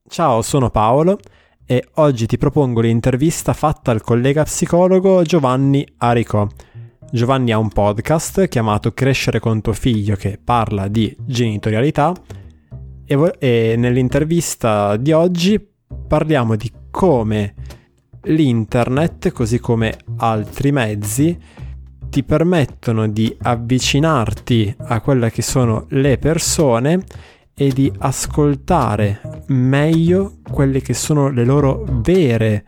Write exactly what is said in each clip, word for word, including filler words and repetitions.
Ciao, sono Paolo e oggi ti propongo l'intervista fatta al collega psicologo Giovanni Aricò. Giovanni ha un podcast chiamato Crescere con tuo figlio che parla di genitorialità e, vo- e nell'intervista di oggi parliamo di come l'internet, così come altri mezzi, ti permettono di avvicinarti a quelle che sono le persone e di ascoltare meglio quelle che sono le loro vere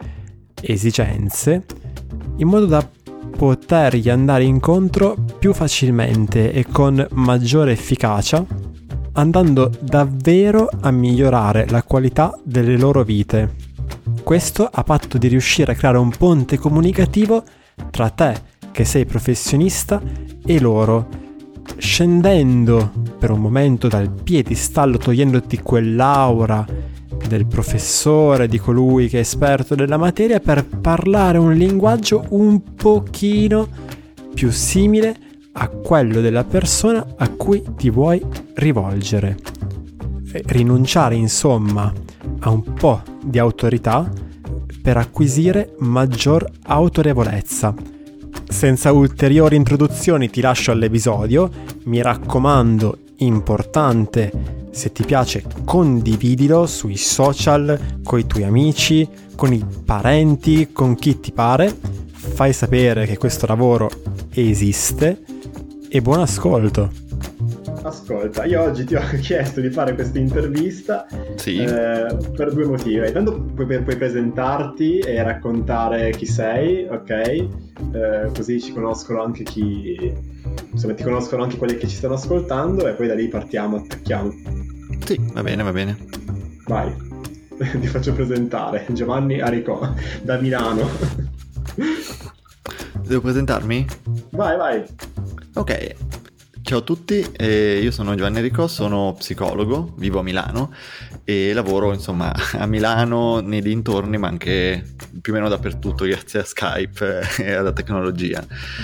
esigenze, in modo da potergli andare incontro più facilmente e con maggiore efficacia, andando davvero a migliorare la qualità delle loro vite. Questo a patto di riuscire a creare un ponte comunicativo tra te, che sei professionista, e loro, scendendo per un momento dal piedistallo, togliendoti quell'aura del professore, di colui che è esperto della materia, per parlare un linguaggio un pochino più simile a quello della persona a cui ti vuoi rivolgere. Rinunciare insomma a un po' di autorità per acquisire maggior autorevolezza. Senza ulteriori introduzioni ti lascio all'episodio. Mi raccomando, importante, se ti piace condividilo sui social, con i tuoi amici, con i parenti, con chi ti pare. Fai sapere che questo lavoro esiste e buon ascolto. Ascolta, io oggi ti ho chiesto di fare questa intervista sì. eh, per due motivi. Intanto puoi, puoi presentarti e raccontare chi sei, ok? Eh, così ci conoscono anche chi, insomma, ti conoscono anche quelli che ci stanno ascoltando, e poi da lì partiamo, attacchiamo. Sì, va bene, va bene. Vai, ti faccio presentare. Giovanni Aricò, da Milano. Devo presentarmi? Vai, vai. Ok. Ciao a tutti, eh, io sono Giovanni Aricò, sono psicologo, vivo a Milano e lavoro insomma a Milano, nei dintorni, ma anche più o meno dappertutto grazie a Skype e alla tecnologia.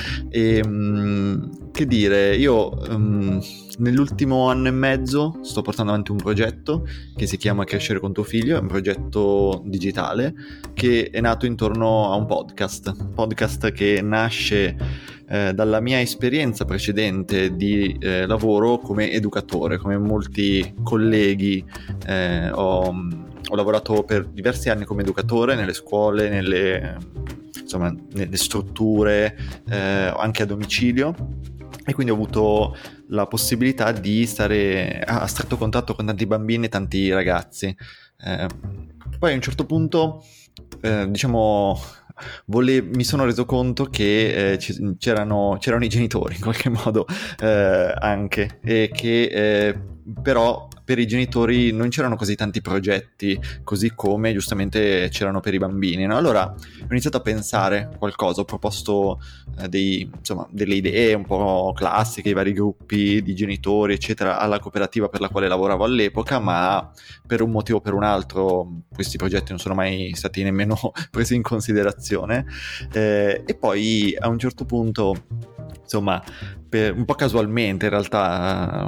E, mh, che dire, io mh, nell'ultimo anno e mezzo sto portando avanti un progetto che si chiama Crescere con tuo figlio, è un progetto digitale che è nato intorno a un podcast, podcast che nasce Eh, dalla mia esperienza precedente di eh, lavoro come educatore. Come molti colleghi eh, ho, ho lavorato per diversi anni come educatore nelle scuole, nelle, insomma, nelle strutture, eh, anche a domicilio, e quindi ho avuto la possibilità di stare a stretto contatto con tanti bambini e tanti ragazzi. Eh, poi a un certo punto eh, diciamo Vole- mi sono reso conto che eh, c- c'erano, c'erano i genitori in qualche modo eh, anche, e che eh, però per i genitori non c'erano così tanti progetti così come giustamente c'erano per i bambini, no? Allora ho iniziato a pensare qualcosa, ho proposto eh, dei, insomma, delle idee un po' classiche, i vari gruppi di genitori eccetera alla cooperativa per la quale lavoravo all'epoca, ma per un motivo o per un altro questi progetti non sono mai stati nemmeno presi in considerazione, eh, e poi a un certo punto, insomma, per, un po' casualmente in realtà,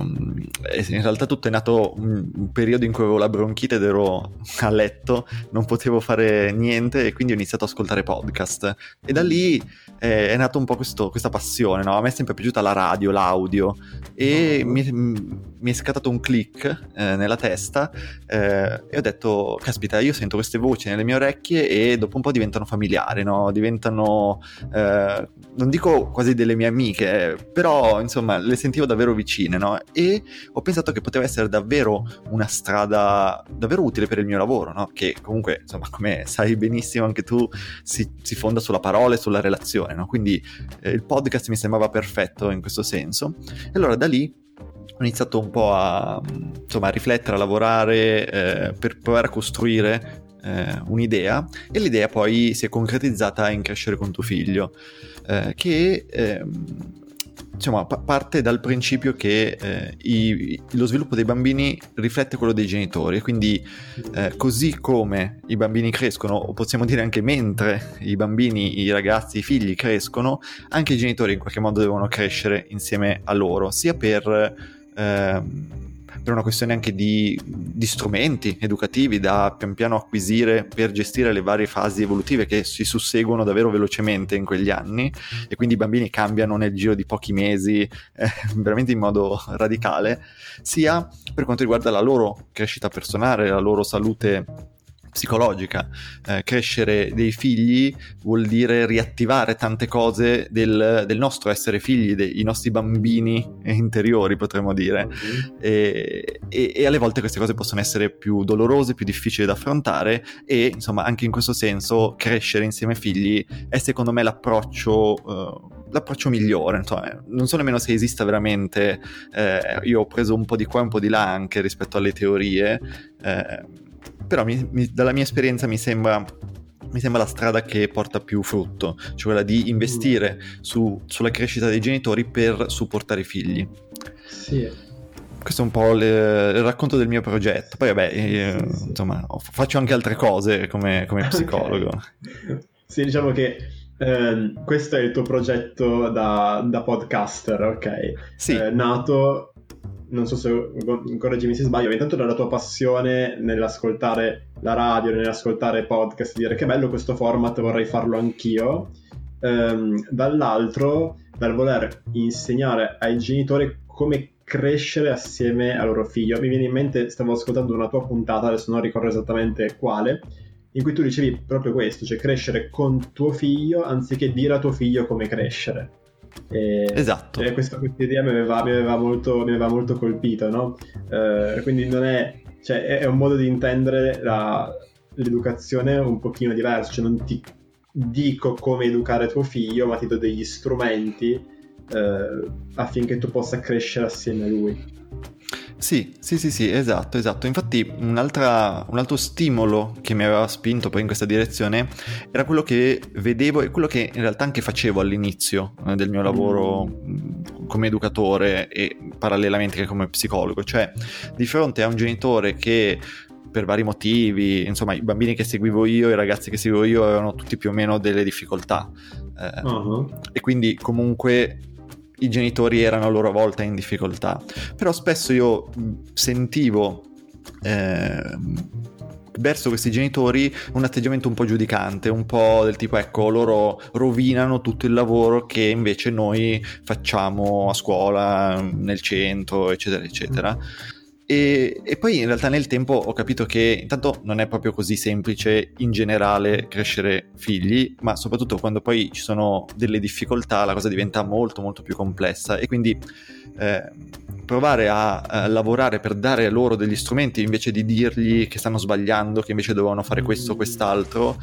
in realtà tutto è nato un, un periodo in cui avevo la bronchite ed ero a letto, non potevo fare niente, e quindi ho iniziato ad ascoltare podcast, e da lì eh, è nato un po' questo, questa passione, no? A me è sempre piaciuta la radio, l'audio, e mi, mi è scattato un click eh, nella testa eh, e ho detto, caspita, io sento queste voci nelle mie orecchie e dopo un po' diventano familiari, no? Diventano, eh, non dico quasi delle mie amiche, però insomma le sentivo davvero vicine, no? E ho pensato che poteva essere davvero una strada davvero utile per il mio lavoro, no? Che comunque, insomma, come sai benissimo anche tu, si, si fonda sulla parola e sulla relazione, no? Quindi eh, il podcast mi sembrava perfetto in questo senso, e allora da lì ho iniziato un po' a, insomma, a riflettere, a lavorare eh, per provare a costruire eh, un'idea, e l'idea poi si è concretizzata in Crescere con tuo figlio, eh, che eh, insomma pa- parte dal principio che eh, i, lo sviluppo dei bambini riflette quello dei genitori, e quindi eh, così come i bambini crescono, o possiamo dire anche mentre i bambini, i ragazzi, i figli crescono, anche i genitori in qualche modo devono crescere insieme a loro, sia per eh, per una questione anche di, di strumenti educativi da pian piano acquisire per gestire le varie fasi evolutive che si susseguono davvero velocemente in quegli anni, e quindi i bambini cambiano nel giro di pochi mesi, eh, veramente in modo radicale, sia per quanto riguarda la loro crescita personale, la loro salute psicologica. Eh, crescere dei figli vuol dire riattivare tante cose del, del nostro essere figli, dei nostri bambini interiori, potremmo dire. Mm-hmm. e, e, e alle volte queste cose possono essere più dolorose, più difficili da affrontare, e insomma anche in questo senso crescere insieme ai figli è secondo me l'approccio uh, l'approccio migliore. Insomma, non so nemmeno se esista veramente, eh, io ho preso un po' di qua e un po' di là anche rispetto alle teorie, eh, però mi, mi, dalla mia esperienza mi sembra, mi sembra la strada che porta più frutto, cioè quella di investire su, sulla crescita dei genitori per supportare i figli. Sì. Questo è un po' le, il racconto del mio progetto. Poi vabbè, io, sì, sì. insomma, faccio anche altre cose come, come psicologo. Okay. Sì, diciamo che eh, questo è il tuo progetto da, da podcaster, ok? Sì. Eh, nato... non so se, correggimi se sbaglio, intanto dalla tua passione nell'ascoltare la radio, nell'ascoltare podcast, dire che bello questo format, vorrei farlo anch'io, ehm, dall'altro dal voler insegnare ai genitori come crescere assieme al loro figlio. Mi viene in mente, stavo ascoltando una tua puntata, adesso non ricordo esattamente quale, in cui tu dicevi proprio questo, cioè crescere con tuo figlio anziché dire a tuo figlio come crescere. E, esatto. E questa, questa idea mi aveva, mi aveva molto mi aveva molto colpito, no? Eh, quindi non è, cioè è un modo di intendere la, l'educazione un pochino diverso, cioè non ti dico come educare tuo figlio, ma ti do degli strumenti eh, affinché tu possa crescere assieme a lui. Sì, sì, sì, sì, esatto, esatto. Infatti un'altra, un altro stimolo che mi aveva spinto poi in questa direzione era quello che vedevo e quello che in realtà anche facevo all'inizio eh, del mio lavoro mm. come educatore e parallelamente anche come psicologo. Cioè, di fronte a un genitore che per vari motivi, insomma, i bambini che seguivo io, i ragazzi che seguivo io avevano tutti più o meno delle difficoltà. Eh, uh-huh. E quindi comunque i genitori erano a loro volta in difficoltà, però spesso io sentivo eh, verso questi genitori un atteggiamento un po' giudicante, un po' del tipo ecco loro rovinano tutto il lavoro che invece noi facciamo a scuola, nel centro, eccetera eccetera. E, e poi in realtà nel tempo ho capito che intanto non è proprio così semplice in generale crescere figli, ma soprattutto quando poi ci sono delle difficoltà la cosa diventa molto molto più complessa, e quindi eh, provare a, a lavorare per dare loro degli strumenti invece di dirgli che stanno sbagliando, che invece dovevano fare questo o quest'altro,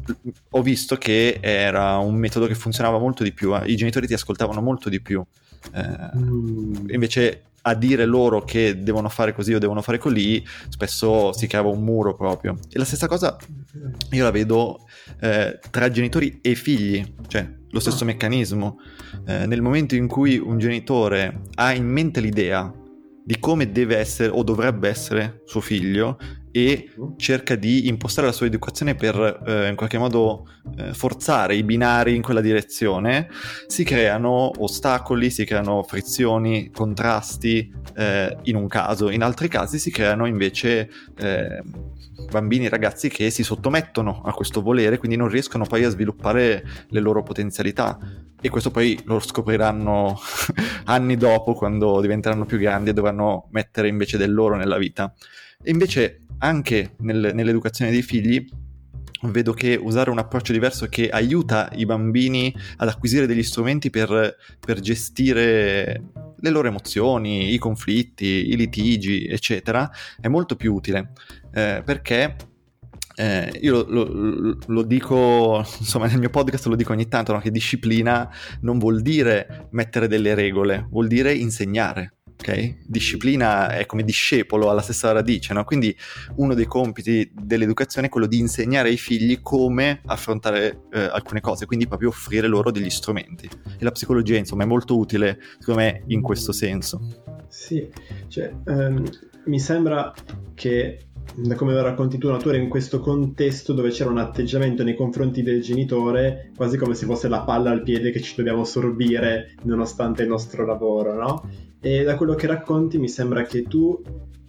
ho visto che era un metodo che funzionava molto di più, i genitori ti ascoltavano molto di più, eh, mm. invece a dire loro che devono fare così o devono fare così, spesso si creava un muro proprio. E la stessa cosa io la vedo eh, tra genitori e figli, cioè lo stesso meccanismo. Eh, nel momento in cui un genitore ha in mente l'idea di come deve essere o dovrebbe essere suo figlio e cerca di impostare la sua educazione per eh, in qualche modo eh, forzare i binari in quella direzione, si creano ostacoli, si creano frizioni, contrasti eh, in un caso, in altri casi si creano invece eh, bambini e ragazzi che si sottomettono a questo volere, quindi non riescono poi a sviluppare le loro potenzialità, e questo poi lo scopriranno anni dopo quando diventeranno più grandi e dovranno mettere invece del loro nella vita. E invece anche nel, nell'educazione dei figli vedo che usare un approccio diverso che aiuta i bambini ad acquisire degli strumenti per, per gestire le loro emozioni, i conflitti, i litigi, eccetera, è molto più utile, eh, perché eh, io lo, lo, lo dico, insomma nel mio podcast lo dico ogni tanto, no? Che disciplina non vuol dire mettere delle regole, vuol dire insegnare. Okay? Disciplina è come discepolo, alla stessa radice, no? Quindi uno dei compiti dell'educazione è quello di insegnare ai figli come affrontare eh, alcune cose, quindi proprio offrire loro degli strumenti, e la psicologia insomma è molto utile secondo me in questo senso. Sì, cioè um, mi sembra che da come lo racconti tu, tu eri in questo contesto dove c'era un atteggiamento nei confronti del genitore quasi come se fosse la palla al piede che ci dobbiamo sorbire nonostante il nostro lavoro, no? E da quello che racconti mi sembra che tu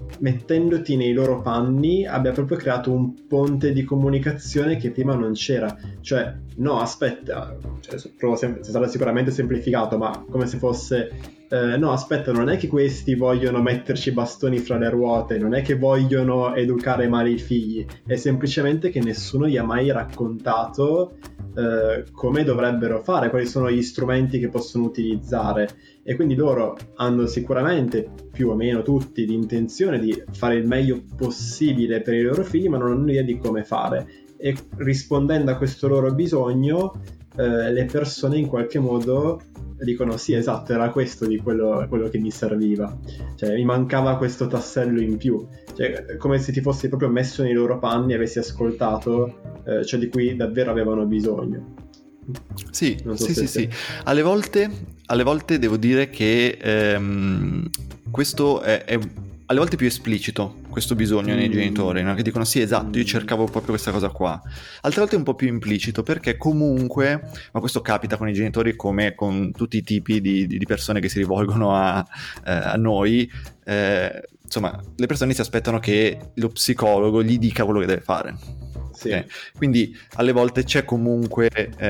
mettendoti nei loro panni, abbia proprio creato un ponte di comunicazione che prima non c'era. Cioè, no, aspetta, cioè, provo sem- sarà sicuramente semplificato, ma come se fosse eh, no, aspetta, non è che questi vogliono metterci bastoni fra le ruote, non è che vogliono educare male i figli, è semplicemente che nessuno gli ha mai raccontato eh, come dovrebbero fare, quali sono gli strumenti che possono utilizzare. E quindi loro hanno sicuramente, più o meno tutti, l'intenzione di fare il meglio possibile per i loro figli, ma non hanno idea di come fare. E rispondendo a questo loro bisogno, eh, le persone in qualche modo dicono sì, esatto, era questo di quello, quello che mi serviva. Cioè, mi mancava questo tassello in più. Cioè, come se ti fossi proprio messo nei loro panni e avessi ascoltato eh, ciò di cui davvero avevano bisogno. Sì, Non so sì, se sì, te- sì. Alle volte, alle volte devo dire che ehm, questo è, è alle volte più esplicito, questo bisogno nei Mm. genitori, no? Che dicono sì, esatto, io Mm. cercavo proprio questa cosa qua. Altre volte è un po' più implicito, perché comunque, ma questo capita con i genitori come con tutti i tipi di, di- di persone che si rivolgono a, eh, a noi, eh, insomma, le persone si aspettano che lo psicologo gli dica quello che deve fare. Sì. Ok? Quindi alle volte c'è comunque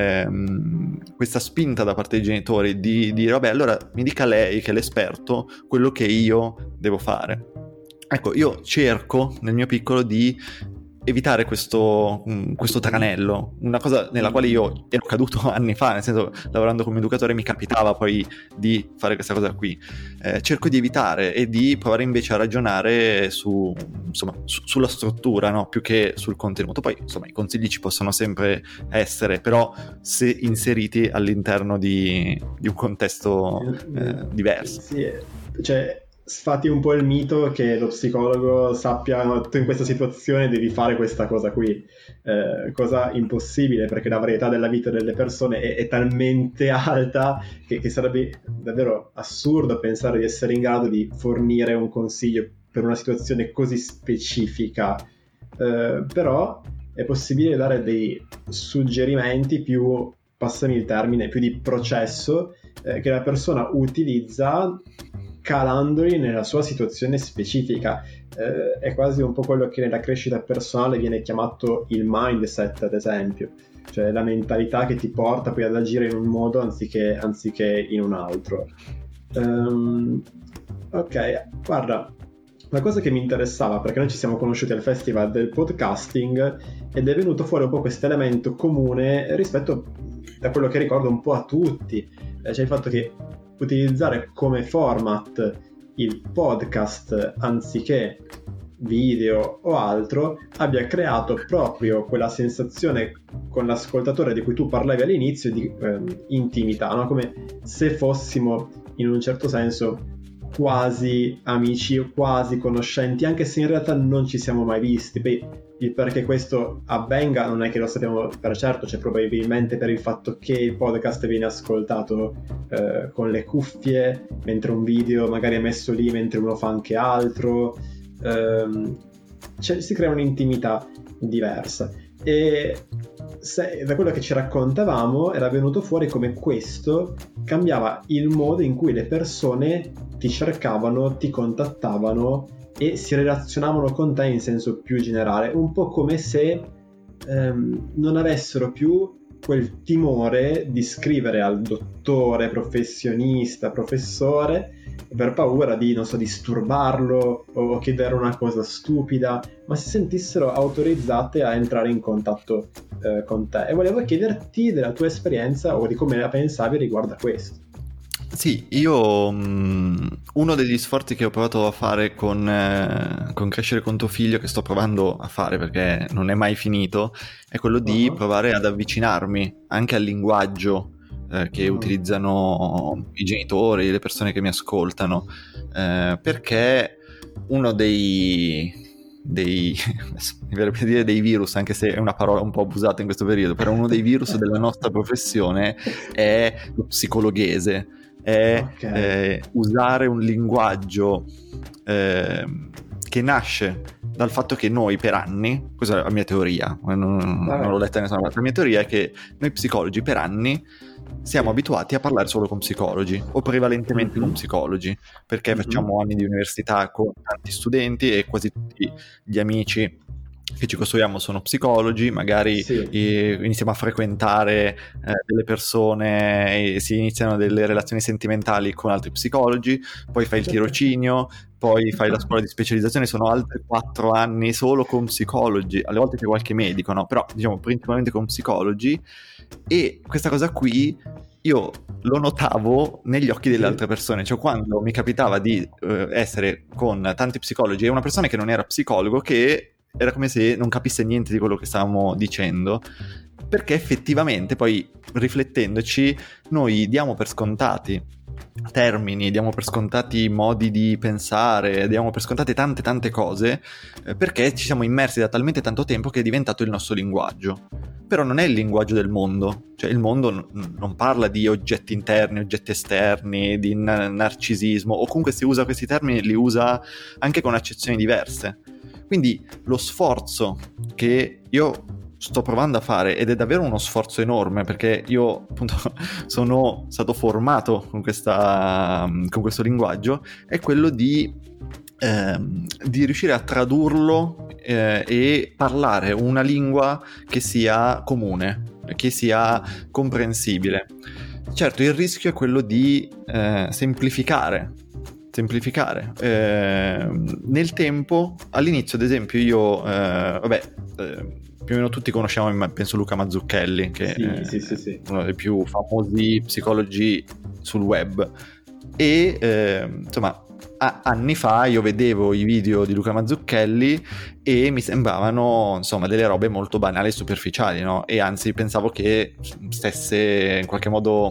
ehm, questa spinta da parte dei genitori di dire vabbè, allora mi dica lei che è l'esperto quello che io devo fare. Ecco, io cerco nel mio piccolo di evitare questo, mh, questo tranello, una cosa nella quale io ero caduto anni fa, nel senso, lavorando come educatore mi capitava poi di fare questa cosa qui. Eh, cerco di evitare e di provare invece a ragionare su, insomma, su- sulla struttura, no? Più che sul contenuto. Poi, insomma, i consigli ci possono sempre essere, però se inseriti all'interno di, di un contesto eh, diverso. Sì, cioè sfati un po' il mito che lo psicologo sappia "No, tu in questa situazione devi fare questa cosa qui", eh, cosa impossibile perché la varietà della vita delle persone è, è talmente alta che, che sarebbe davvero assurdo pensare di essere in grado di fornire un consiglio per una situazione così specifica. Eh, però è possibile dare dei suggerimenti più, passami il termine, più di processo eh, che la persona utilizza calandoli nella sua situazione specifica. Eh, è quasi un po' quello che nella crescita personale viene chiamato il mindset, ad esempio, cioè la mentalità che ti porta poi ad agire in un modo anziché, anziché in un altro. Um, ok, guarda, la cosa che mi interessava, perché noi ci siamo conosciuti al festival del podcasting ed è venuto fuori un po' questo elemento comune rispetto, da quello che ricordo, un po' a tutti, eh, cioè il fatto che utilizzare come format il podcast anziché video o altro abbia creato proprio quella sensazione con l'ascoltatore di cui tu parlavi all'inizio di eh, intimità, no? Come se fossimo in un certo senso quasi amici o quasi conoscenti, anche se in realtà non ci siamo mai visti. Poi il perché questo avvenga non è che lo sappiamo per certo, cioè probabilmente per il fatto che il podcast viene ascoltato eh, con le cuffie, mentre un video magari è messo lì mentre uno fa anche altro, ehm, cioè, si crea un'intimità diversa. E se, da quello che ci raccontavamo era venuto fuori come questo cambiava il modo in cui le persone ti cercavano, ti contattavano e si relazionavano con te in senso più generale, un po' come se ehm, non avessero più quel timore di scrivere al dottore, professionista, professore, per paura di, non so, disturbarlo o chiedere una cosa stupida, ma si sentissero autorizzate a entrare in contatto eh, con te. E volevo chiederti della tua esperienza o di come la pensavi riguardo a questo. Sì, io mh, uno degli sforzi che ho provato a fare con, eh, con Crescere con tuo figlio, che sto provando a fare perché non è mai finito, è quello di Uh-huh. provare ad avvicinarmi anche al linguaggio eh, che Uh-huh. utilizzano i genitori, le persone che mi ascoltano, eh, perché uno dei... dei mi verrebbe a dire dei virus, anche se è una parola un po' abusata in questo periodo, però uno dei virus della nostra professione è lo psicologhese, è Okay. eh, usare un linguaggio eh, che nasce dal fatto che noi per anni, questa è la mia teoria, non, non l'ho letta nessuna parte, la mia teoria è che noi psicologi per anni siamo abituati a parlare solo con psicologi o prevalentemente mm-hmm. con psicologi, perché mm-hmm. facciamo anni di università con tanti studenti e quasi tutti gli amici che ci costruiamo sono psicologi, magari sì. eh, iniziamo a frequentare eh, delle persone e si iniziano delle relazioni sentimentali con altri psicologi, poi fai il tirocinio, poi fai la scuola di specializzazione, sono altri quattro anni solo con psicologi, alle volte c'è qualche medico, no? Però diciamo principalmente con psicologi, e questa cosa qui io lo notavo negli occhi delle altre persone, cioè quando mi capitava di eh, essere con tanti psicologi e una persona che non era psicologo, che era come se non capisse niente di quello che stavamo dicendo, perché effettivamente poi riflettendoci noi diamo per scontati termini, diamo per scontati modi di pensare, diamo per scontate tante tante cose eh, perché ci siamo immersi da talmente tanto tempo che è diventato il nostro linguaggio. Però non è il linguaggio del mondo, cioè il mondo n- non parla di oggetti interni, oggetti esterni, di n- narcisismo, o comunque se usa questi termini li usa anche con accezioni diverse. Quindi lo sforzo che io sto provando a fare, ed è davvero uno sforzo enorme, perché io appunto sono stato formato con, questa, con questo linguaggio, è quello di, eh, di riuscire a tradurlo eh, e parlare una lingua che sia comune, che sia comprensibile. Certo, il rischio è quello di eh, semplificare semplificare eh, nel tempo. All'inizio ad esempio io eh, vabbè eh, più o meno tutti conosciamo, penso, Luca Mazzucchelli, che sì, è sì, sì, sì. uno dei più famosi psicologi sul web, e eh, insomma a- anni fa io vedevo i video di Luca Mazzucchelli e mi sembravano insomma delle robe molto banali e superficiali, no? E anzi pensavo che stesse in qualche modo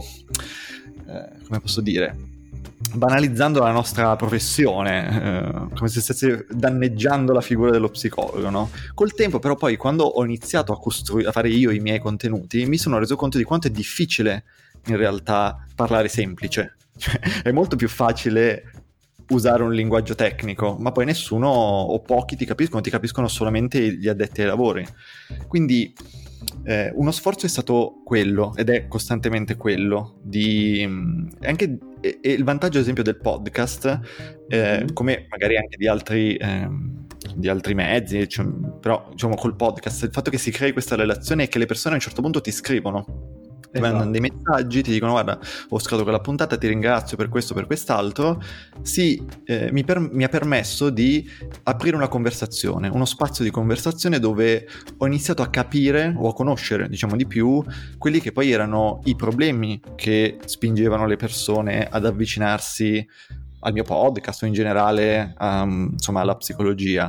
eh, come posso dire, banalizzando la nostra professione, eh, come se stesse danneggiando la figura dello psicologo, no? Col tempo però poi, quando ho iniziato a costruire, a fare io i miei contenuti, mi sono reso conto di quanto è difficile in realtà parlare semplice. Cioè, è molto più facile usare un linguaggio tecnico, ma poi nessuno o pochi ti capiscono, ti capiscono solamente gli addetti ai lavori. Quindi Eh, uno sforzo è stato quello, ed è costantemente quello di anche e, e il vantaggio ad esempio del podcast eh, come magari anche di altri eh, di altri mezzi, cioè, però diciamo col podcast il fatto che si crei questa relazione e che le persone a un certo punto ti scrivono, ti mandano dei messaggi, ti dicono guarda ho ascoltato quella puntata, ti ringrazio per questo, per quest'altro, sì, eh, mi, per, mi ha permesso di aprire una conversazione, uno spazio di conversazione dove ho iniziato a capire o a conoscere diciamo di più quelli che poi erano i problemi che spingevano le persone ad avvicinarsi al mio podcast o in generale um, insomma alla psicologia,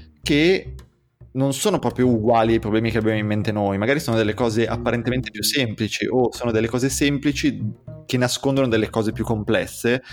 che non sono proprio uguali ai problemi che abbiamo in mente noi, magari sono delle cose apparentemente più semplici o sono delle cose semplici che nascondono delle cose più complesse,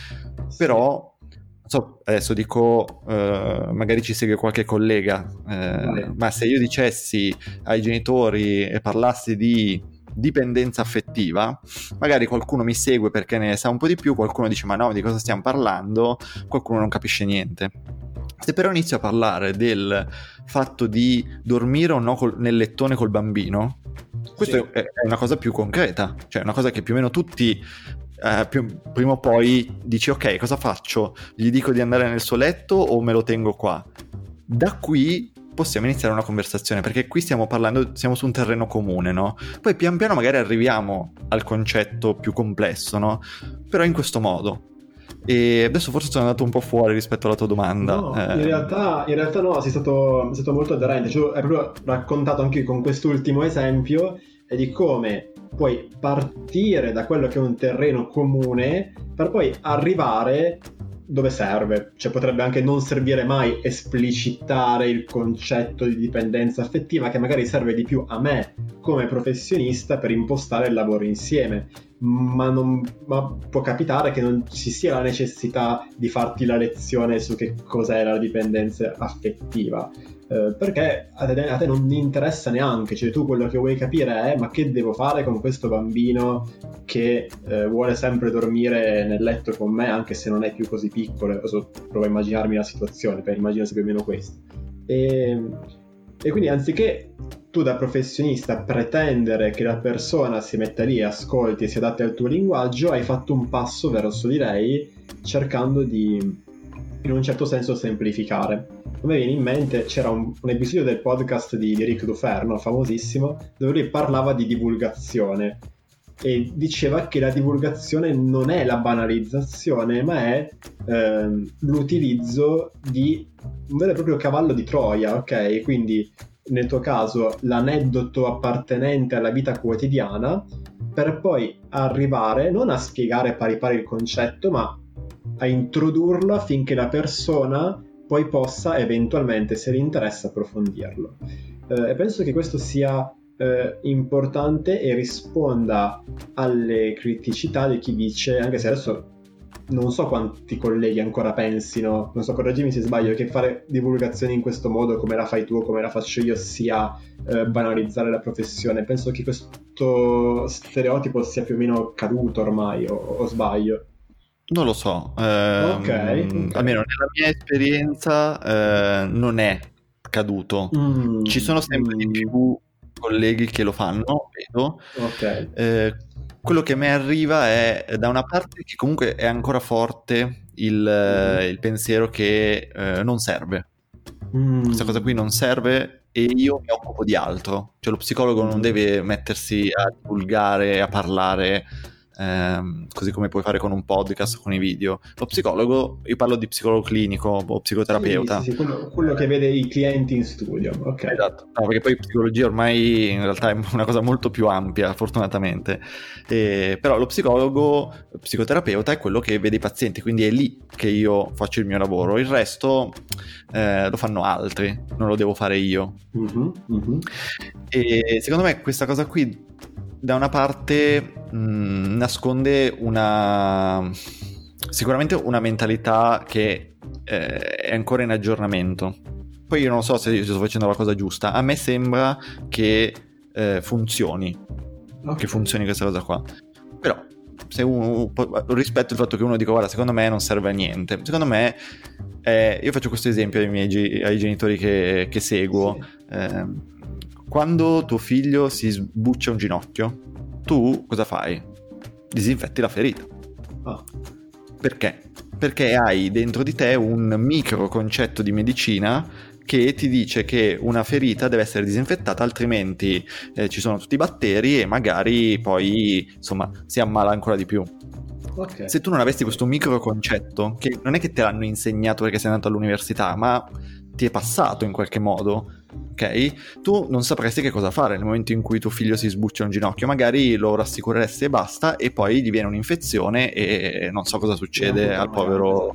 però non so, adesso dico eh, magari ci segue qualche collega eh, ma se io dicessi ai genitori e parlassi di dipendenza affettiva, magari qualcuno mi segue perché ne sa un po' di più, qualcuno dice ma no, di cosa stiamo parlando, qualcuno non capisce niente. Se però inizio a parlare del fatto di dormire o no col, nel lettone col bambino, questo sì. è, è una cosa più concreta, cioè una cosa che più o meno tutti eh, più, prima o poi dici ok, cosa faccio? Gli dico di andare nel suo letto o me lo tengo qua? Da qui possiamo iniziare una conversazione, perché qui stiamo parlando, siamo su un terreno comune, no? Poi pian piano magari arriviamo al concetto più complesso, no? Però in questo modo. E adesso forse sono andato un po' fuori rispetto alla tua domanda. No, eh. in realtà, in realtà no, sei stato, sei stato molto aderente. Cioè, hai proprio raccontato anche con quest'ultimo esempio e di come puoi partire da quello che è un terreno comune per poi arrivare dove serve. Cioè potrebbe anche non servire mai esplicitare il concetto di dipendenza affettiva, che magari serve di più a me come professionista per impostare il lavoro insieme. Ma, non, ma può capitare che non ci sia la necessità di farti la lezione su che cos'è la dipendenza affettiva, eh, perché a te, a te non interessa neanche. Cioè tu quello che vuoi capire è ma che devo fare con questo bambino che eh, vuole sempre dormire nel letto con me anche se non è più così piccolo. Adesso provo a immaginarmi la situazione, per immaginarsi più o meno questo, e, e quindi anziché tu da professionista pretendere che la persona si metta lì, ascolti e si adatti al tuo linguaggio, hai fatto un passo verso di lei, cercando di, in un certo senso, semplificare. A me viene in mente, c'era un, un episodio del podcast di, di Eric Dufer, no? Famosissimo, dove lui parlava di divulgazione e diceva che la divulgazione non è la banalizzazione, ma è ehm, l'utilizzo di un vero e proprio cavallo di Troia, ok? Quindi nel tuo caso l'aneddoto appartenente alla vita quotidiana, per poi arrivare non a spiegare pari pari il concetto, ma a introdurlo affinché la persona poi possa eventualmente, se le interessa, approfondirlo. Eh, e penso che questo sia eh, importante e risponda alle criticità di chi dice, anche se adesso non so quanti colleghi ancora pensino, non so, correggimi se sbaglio, che fare divulgazione in questo modo, come la fai tu o come la faccio io, sia eh, banalizzare la professione. Penso che questo stereotipo sia più o meno caduto ormai, o, o sbaglio? Non lo so, ehm, okay, okay. Almeno nella mia esperienza eh, non è caduto. Mm, Ci sono sempre mm. di più colleghi che lo fanno, vedo. Okay. Eh, quello che a me arriva è, da una parte, che comunque è ancora forte il, mm. il pensiero che eh, non serve. Mm. Questa cosa qui non serve e io mi occupo di altro. Cioè lo psicologo mm. non deve mettersi a divulgare, a parlare, ehm, così come puoi fare con un podcast, con i video. Lo psicologo, io parlo di psicologo clinico o psicoterapeuta. Sì, sì, sì, quello, quello che vede i clienti in studio. Okay. Esatto, no, perché poi psicologia ormai in realtà è una cosa molto più ampia, fortunatamente. E, però lo psicologo, lo psicoterapeuta è quello che vede i pazienti, quindi è lì che io faccio il mio lavoro. Il resto eh, lo fanno altri, non lo devo fare io. Mm-hmm, mm-hmm. E secondo me questa cosa qui, da una parte, mh, nasconde una sicuramente una mentalità che eh, è ancora in aggiornamento. Poi io non so se io sto facendo la cosa giusta. A me sembra che eh, funzioni, okay. che funzioni questa cosa qua. Però se uno, rispetto il fatto che uno dica guarda, secondo me non serve a niente. Secondo me eh, io faccio questo esempio ai miei ai genitori che, che seguo. Sì. Eh, quando tuo figlio si sbuccia un ginocchio, tu cosa fai? Disinfetti la ferita. Oh. Perché? Perché hai dentro di te un micro concetto di medicina che ti dice che una ferita deve essere disinfettata, altrimenti eh, ci sono tutti i batteri e magari poi insomma si ammala ancora di più. Okay. Se tu non avessi questo micro concetto, che non è che te l'hanno insegnato perché sei andato all'università, ma ti è passato in qualche modo, ok? Tu non sapresti che cosa fare nel momento in cui tuo figlio si sbuccia un ginocchio, magari lo rassicureresti e basta, e poi gli viene un'infezione e non so cosa succede no, al no, povero.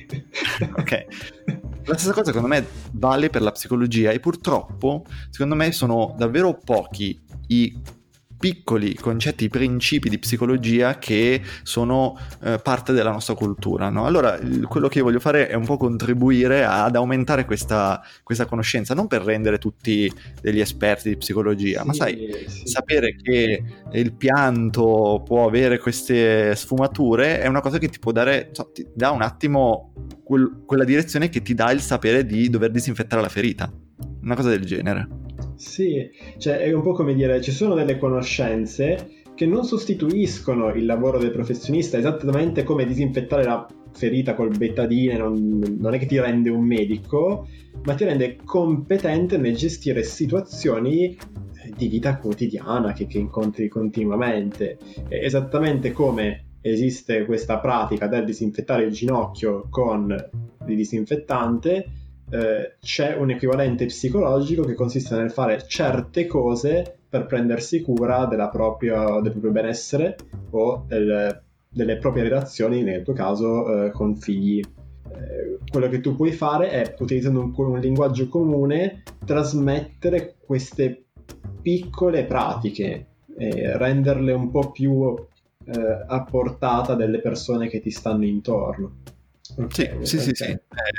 Ok. La stessa cosa secondo me vale per la psicologia e purtroppo secondo me sono davvero pochi i piccoli concetti, i principi di psicologia che sono eh, parte della nostra cultura, no? Allora il, quello che io voglio fare è un po' contribuire ad aumentare questa, questa conoscenza, non per rendere tutti degli esperti di psicologia, sì, ma sai, sì. sapere che il pianto può avere queste sfumature è una cosa che ti può dare, so, ti dà un attimo quel, quella direzione che ti dà il sapere di dover disinfettare la ferita, una cosa del genere. Sì, cioè è un po' come dire, ci sono delle conoscenze che non sostituiscono il lavoro del professionista, esattamente come disinfettare la ferita col betadine non, non è che ti rende un medico, ma ti rende competente nel gestire situazioni di vita quotidiana che, che incontri continuamente. È esattamente come esiste questa pratica del disinfettare il ginocchio con il disinfettante, Eh, c'è un equivalente psicologico che consiste nel fare certe cose per prendersi cura della propria, del proprio benessere o del, delle proprie relazioni, nel tuo caso eh, con figli. Eh, quello che tu puoi fare è, utilizzando un, un linguaggio comune, trasmettere queste piccole pratiche e renderle un po' più eh, a portata delle persone che ti stanno intorno. Okay, sì, sì, sì, sì.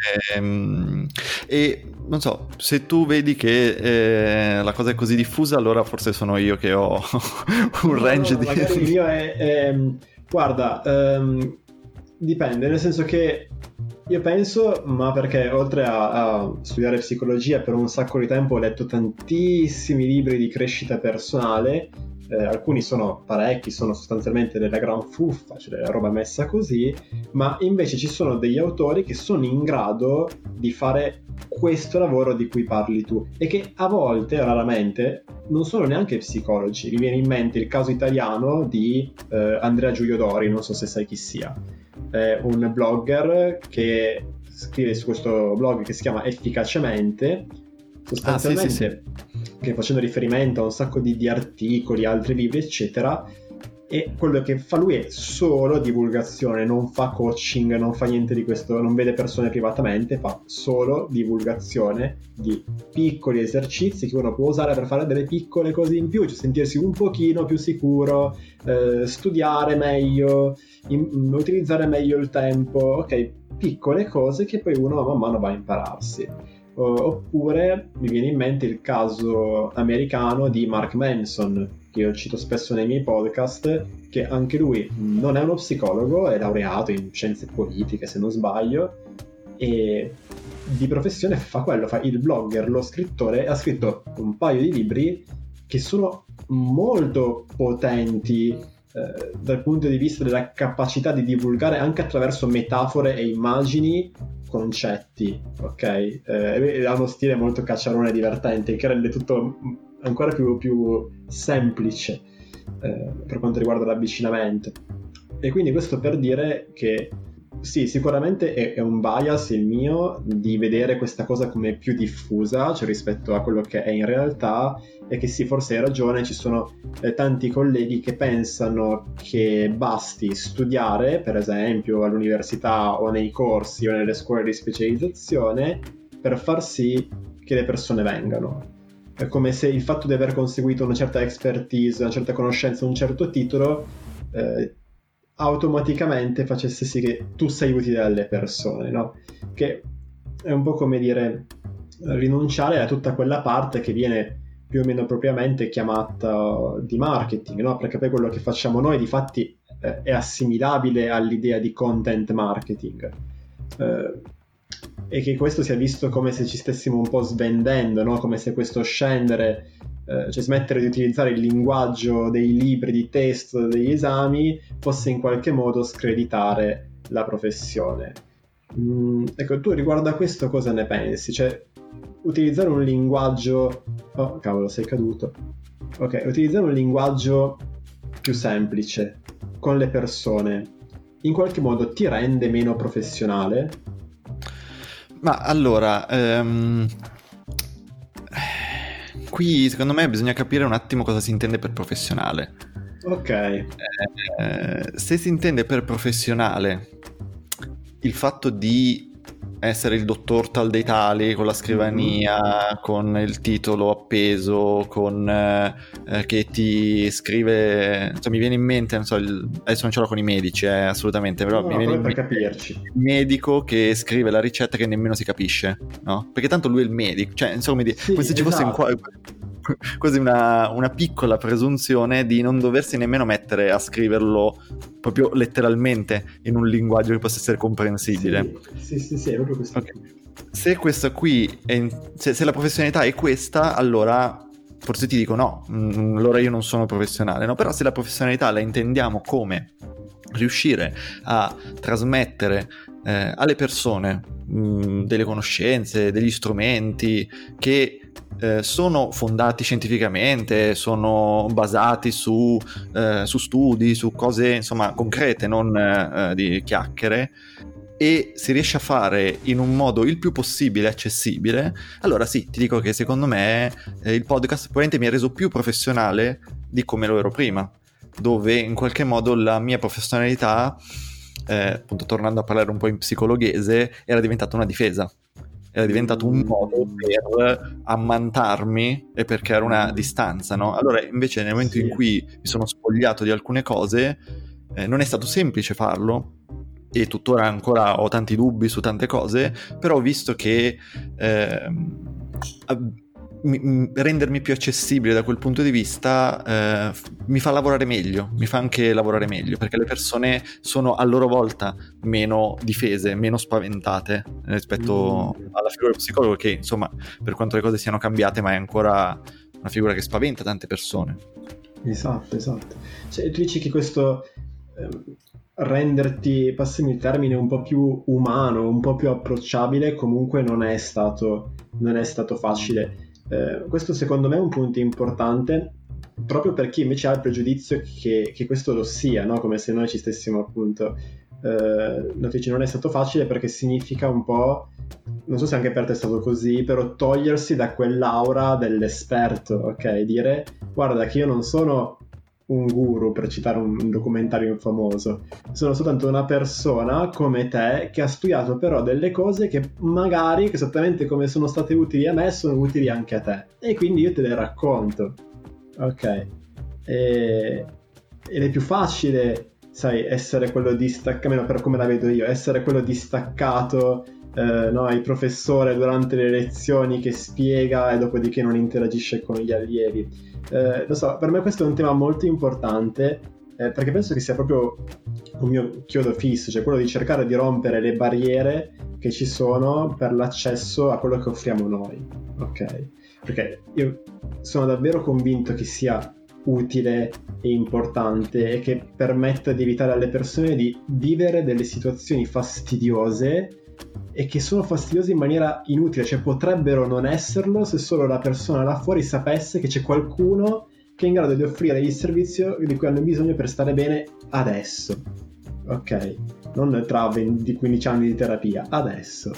Ehm, e non so, se tu vedi che eh, la cosa è così diffusa, allora forse sono io che ho un no, range no, di... Magari il mio è, è guarda, ehm, dipende, nel senso che Io penso, ma perché oltre a, a studiare psicologia per un sacco di tempo ho letto tantissimi libri di crescita personale, eh, alcuni sono parecchi, sono sostanzialmente della gran fuffa, cioè della roba messa così, ma invece ci sono degli autori che sono in grado di fare questo lavoro di cui parli tu e che a volte, raramente, non sono neanche psicologi. Mi viene in mente il caso italiano di eh, Andrea Giuliodori, non so se sai chi sia. È un blogger che scrive su questo blog che si chiama Efficacemente, sostanzialmente, ah, sì, sì, sì. che facendo riferimento a un sacco di, di articoli, altri libri, eccetera, e quello che fa lui è solo divulgazione, non fa coaching, non fa niente di questo, non vede persone privatamente, fa solo divulgazione di piccoli esercizi che uno può usare per fare delle piccole cose in più, cioè sentirsi un pochino più sicuro, eh, studiare meglio, in, utilizzare meglio il tempo, ok, piccole cose che poi uno man mano va a impararsi. Oppure mi viene in mente il caso americano di Mark Manson, che io cito spesso nei miei podcast, che anche lui non è uno psicologo, è laureato in scienze politiche se non sbaglio, e di professione fa quello, fa il blogger, lo scrittore, ha scritto un paio di libri che sono molto potenti eh, dal punto di vista della capacità di divulgare anche attraverso metafore e immagini concetti, ok? Eh, ha uno stile molto cacciarone divertente che rende tutto ancora più, più semplice eh, per quanto riguarda l'avvicinamento. E quindi questo per dire che sì, sicuramente è, è un bias il mio di vedere questa cosa come più diffusa, cioè rispetto a quello che è in realtà, e che sì, forse hai ragione, ci sono eh, tanti colleghi che pensano che basti studiare, per esempio all'università o nei corsi o nelle scuole di specializzazione, per far sì che le persone vengano. È come se il fatto di aver conseguito una certa expertise, una certa conoscenza, un certo titolo eh, automaticamente facesse sì che tu sei utile alle persone, no? Che è un po' come dire rinunciare a tutta quella parte che viene più o meno propriamente chiamata di marketing, no? Perché poi quello che facciamo noi di fatti eh, è assimilabile all'idea di content marketing eh, e che questo sia visto come se ci stessimo un po' svendendo, no? Come se questo scendere, eh, cioè smettere di utilizzare il linguaggio dei libri di testo, degli esami, fosse in qualche modo screditare la professione. Mm, ecco, tu riguardo a questo cosa ne pensi? Cioè, utilizzare un linguaggio... Oh, cavolo, sei caduto. Ok, utilizzare un linguaggio più semplice con le persone in qualche modo ti rende meno professionale? Ma allora, ehm, qui secondo me bisogna capire un attimo cosa si intende per professionale. Ok. Eh, se si intende per professionale il fatto di essere il dottor tal dei tali con la scrivania, mm-hmm. con il titolo appeso, con eh, che ti scrive, cioè mi viene in mente, non so, il, adesso non ce l'ho con i medici, eh, assolutamente, però no, mi viene in per mente capirci. il medico che scrive la ricetta che nemmeno si capisce, no? Perché tanto lui è il medico, cioè insomma, sì, come se ci fosse esatto. in qua quasi una, una piccola presunzione di non doversi nemmeno mettere a scriverlo proprio letteralmente in un linguaggio che possa essere comprensibile. Sì, sì, sì, sì, è proprio questo. Okay. Se questa qui è in, se, se la professionalità è questa, allora forse ti dico no, mh, allora io non sono professionale, no? Però se la professionalità la intendiamo come riuscire a trasmettere eh, alle persone mh, delle conoscenze, degli strumenti che eh, sono fondati scientificamente, sono basati su, eh, su studi, su cose insomma concrete, non eh, di chiacchiere, e si riesce a fare in un modo il più possibile accessibile, allora sì, ti dico che secondo me eh, il podcast probabilmente mi ha reso più professionale di come lo ero prima, dove in qualche modo la mia professionalità, eh, appunto tornando a parlare un po' in psicologhese, era diventata una difesa, era diventato un modo per ammantarmi e per creare una distanza, no? Allora invece nel momento sì. in cui mi sono spogliato di alcune cose, eh, non è stato semplice farlo, e tuttora ancora ho tanti dubbi su tante cose, però ho visto che eh, mi, mi, rendermi più accessibile da quel punto di vista eh, mi fa lavorare meglio, mi fa anche lavorare meglio, perché le persone sono a loro volta meno difese, meno spaventate rispetto mm. alla figura del psicologo, che insomma, per quanto le cose siano cambiate, ma è ancora una figura che spaventa tante persone. Esatto, esatto. Cioè, tu dici che questo ehm, renderti, passami il termine, un po' più umano, un po' più approcciabile, comunque non è stato, non è stato facile. Eh, questo secondo me è un punto importante, proprio per chi invece ha il pregiudizio che, che questo lo sia, no? Come se noi ci stessimo appunto eh, no, dici, non è stato facile, perché significa un po', non so se anche per te è stato così, però togliersi da quell'aura dell'esperto, ok? Dire, guarda che io non sono un guru, per citare un documentario famoso, sono soltanto una persona come te che ha studiato però delle cose che magari, che esattamente come sono state utili a me, sono utili anche a te, e quindi io te le racconto, ok? E... ed è più facile, sai, essere quello distaccato, almeno per come la vedo io, essere quello distaccato, eh, no, il professore durante le lezioni che spiega e dopodiché non interagisce con gli allievi. Eh, lo so, per me questo è un tema molto importante, eh, perché penso che sia proprio un mio chiodo fisso, cioè quello di cercare di rompere le barriere che ci sono per l'accesso a quello che offriamo noi, ok? Perché io sono davvero convinto che sia utile e importante e che permetta di evitare alle persone di vivere delle situazioni fastidiose e che sono fastidiose in maniera inutile, cioè potrebbero non esserlo se solo la persona là fuori sapesse che c'è qualcuno che è in grado di offrire il servizio di cui hanno bisogno per stare bene adesso, ok? Non tra venti quindici anni di terapia, adesso.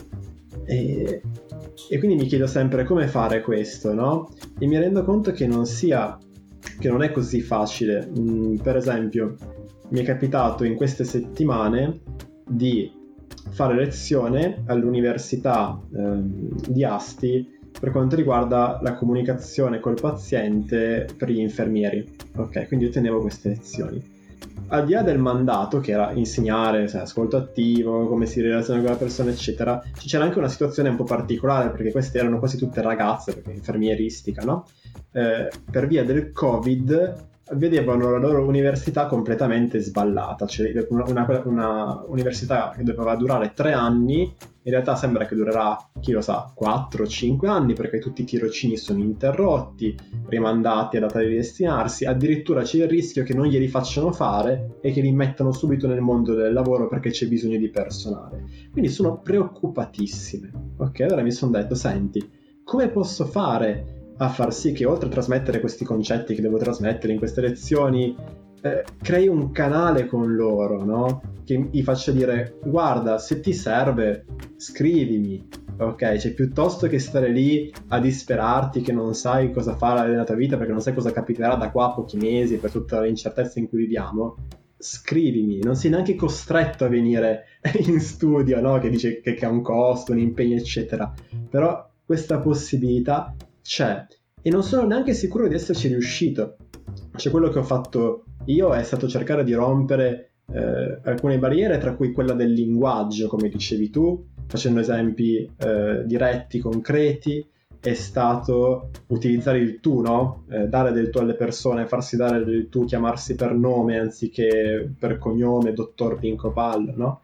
E, e quindi mi chiedo sempre come fare questo, no? E mi rendo conto che non sia, che non è così facile. Mm, per esempio, mi è capitato in queste settimane di fare lezione all'università ehm, di Asti per quanto riguarda la comunicazione col paziente per gli infermieri, ok? Quindi io tenevo queste lezioni. Al di là del mandato, che era insegnare, sai, ascolto attivo, come si relaziona con la persona, eccetera, c'era anche una situazione un po' particolare, perché queste erano quasi tutte ragazze, perché infermieristica, no? Eh, per via del Covid vedevano la loro università completamente sballata, cioè una, una, una università che doveva durare tre anni, in realtà sembra che durerà, chi lo sa, quattro cinque anni, perché tutti i tirocini sono interrotti, rimandati a data di destinarsi, addirittura c'è il rischio che non glieli facciano fare e che li mettano subito nel mondo del lavoro perché c'è bisogno di personale. Quindi sono preoccupatissime, ok? Allora mi sono detto, senti, come posso fare a far sì che, oltre a trasmettere questi concetti che devo trasmettere in queste lezioni, eh, crei un canale con loro, no? Che gli faccia dire, guarda, se ti serve scrivimi, ok? Cioè, piuttosto che stare lì a disperarti che non sai cosa fare nella tua vita perché non sai cosa capiterà da qua a pochi mesi per tutta l'incertezza in cui viviamo, scrivimi, non sei neanche costretto a venire in studio, no? Che dice che, che ha un costo, un impegno, eccetera, però questa possibilità c'è, e non sono neanche sicuro di esserci riuscito. Cioè, quello che ho fatto io è stato cercare di rompere eh, alcune barriere, tra cui quella del linguaggio, come dicevi tu, facendo esempi eh, diretti, concreti. È stato utilizzare il tu, no? Eh, dare del tu alle persone, farsi dare del tu, chiamarsi per nome anziché per cognome, dottor Pinco Pallo, no?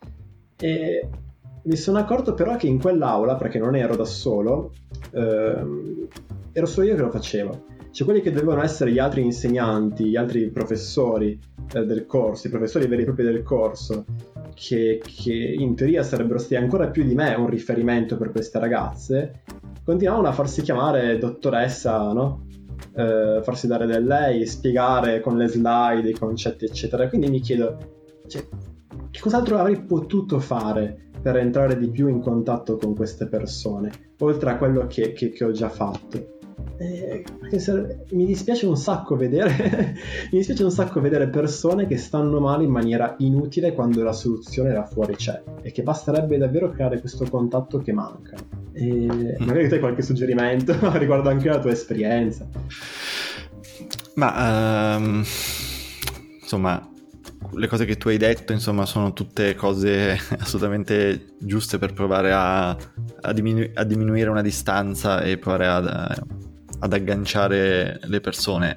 E mi sono accorto però che in quell'aula, perché non ero da solo, ehm, ero solo io che lo facevo. Cioè, quelli che dovevano essere gli altri insegnanti, gli altri professori eh, del corso, i professori veri e propri del corso, che, che in teoria sarebbero stati ancora più di me un riferimento per queste ragazze, continuavano a farsi chiamare dottoressa, no? Eh, farsi dare del lei, spiegare con le slide i concetti, eccetera. Quindi mi chiedo, cioè, che cos'altro avrei potuto fare per entrare di più in contatto con queste persone, oltre a quello che, che, che ho già fatto? Eh, perché se, mi dispiace un sacco vedere mi dispiace un sacco vedere persone che stanno male in maniera inutile quando la soluzione là fuori c'è, e che basterebbe davvero creare questo contatto che manca. E magari tu hai qualche suggerimento riguardo anche la tua esperienza. Ma um, insomma, le cose che tu hai detto, insomma, sono tutte cose assolutamente giuste per provare a, a, diminu- a diminuire una distanza e provare a, ad agganciare le persone.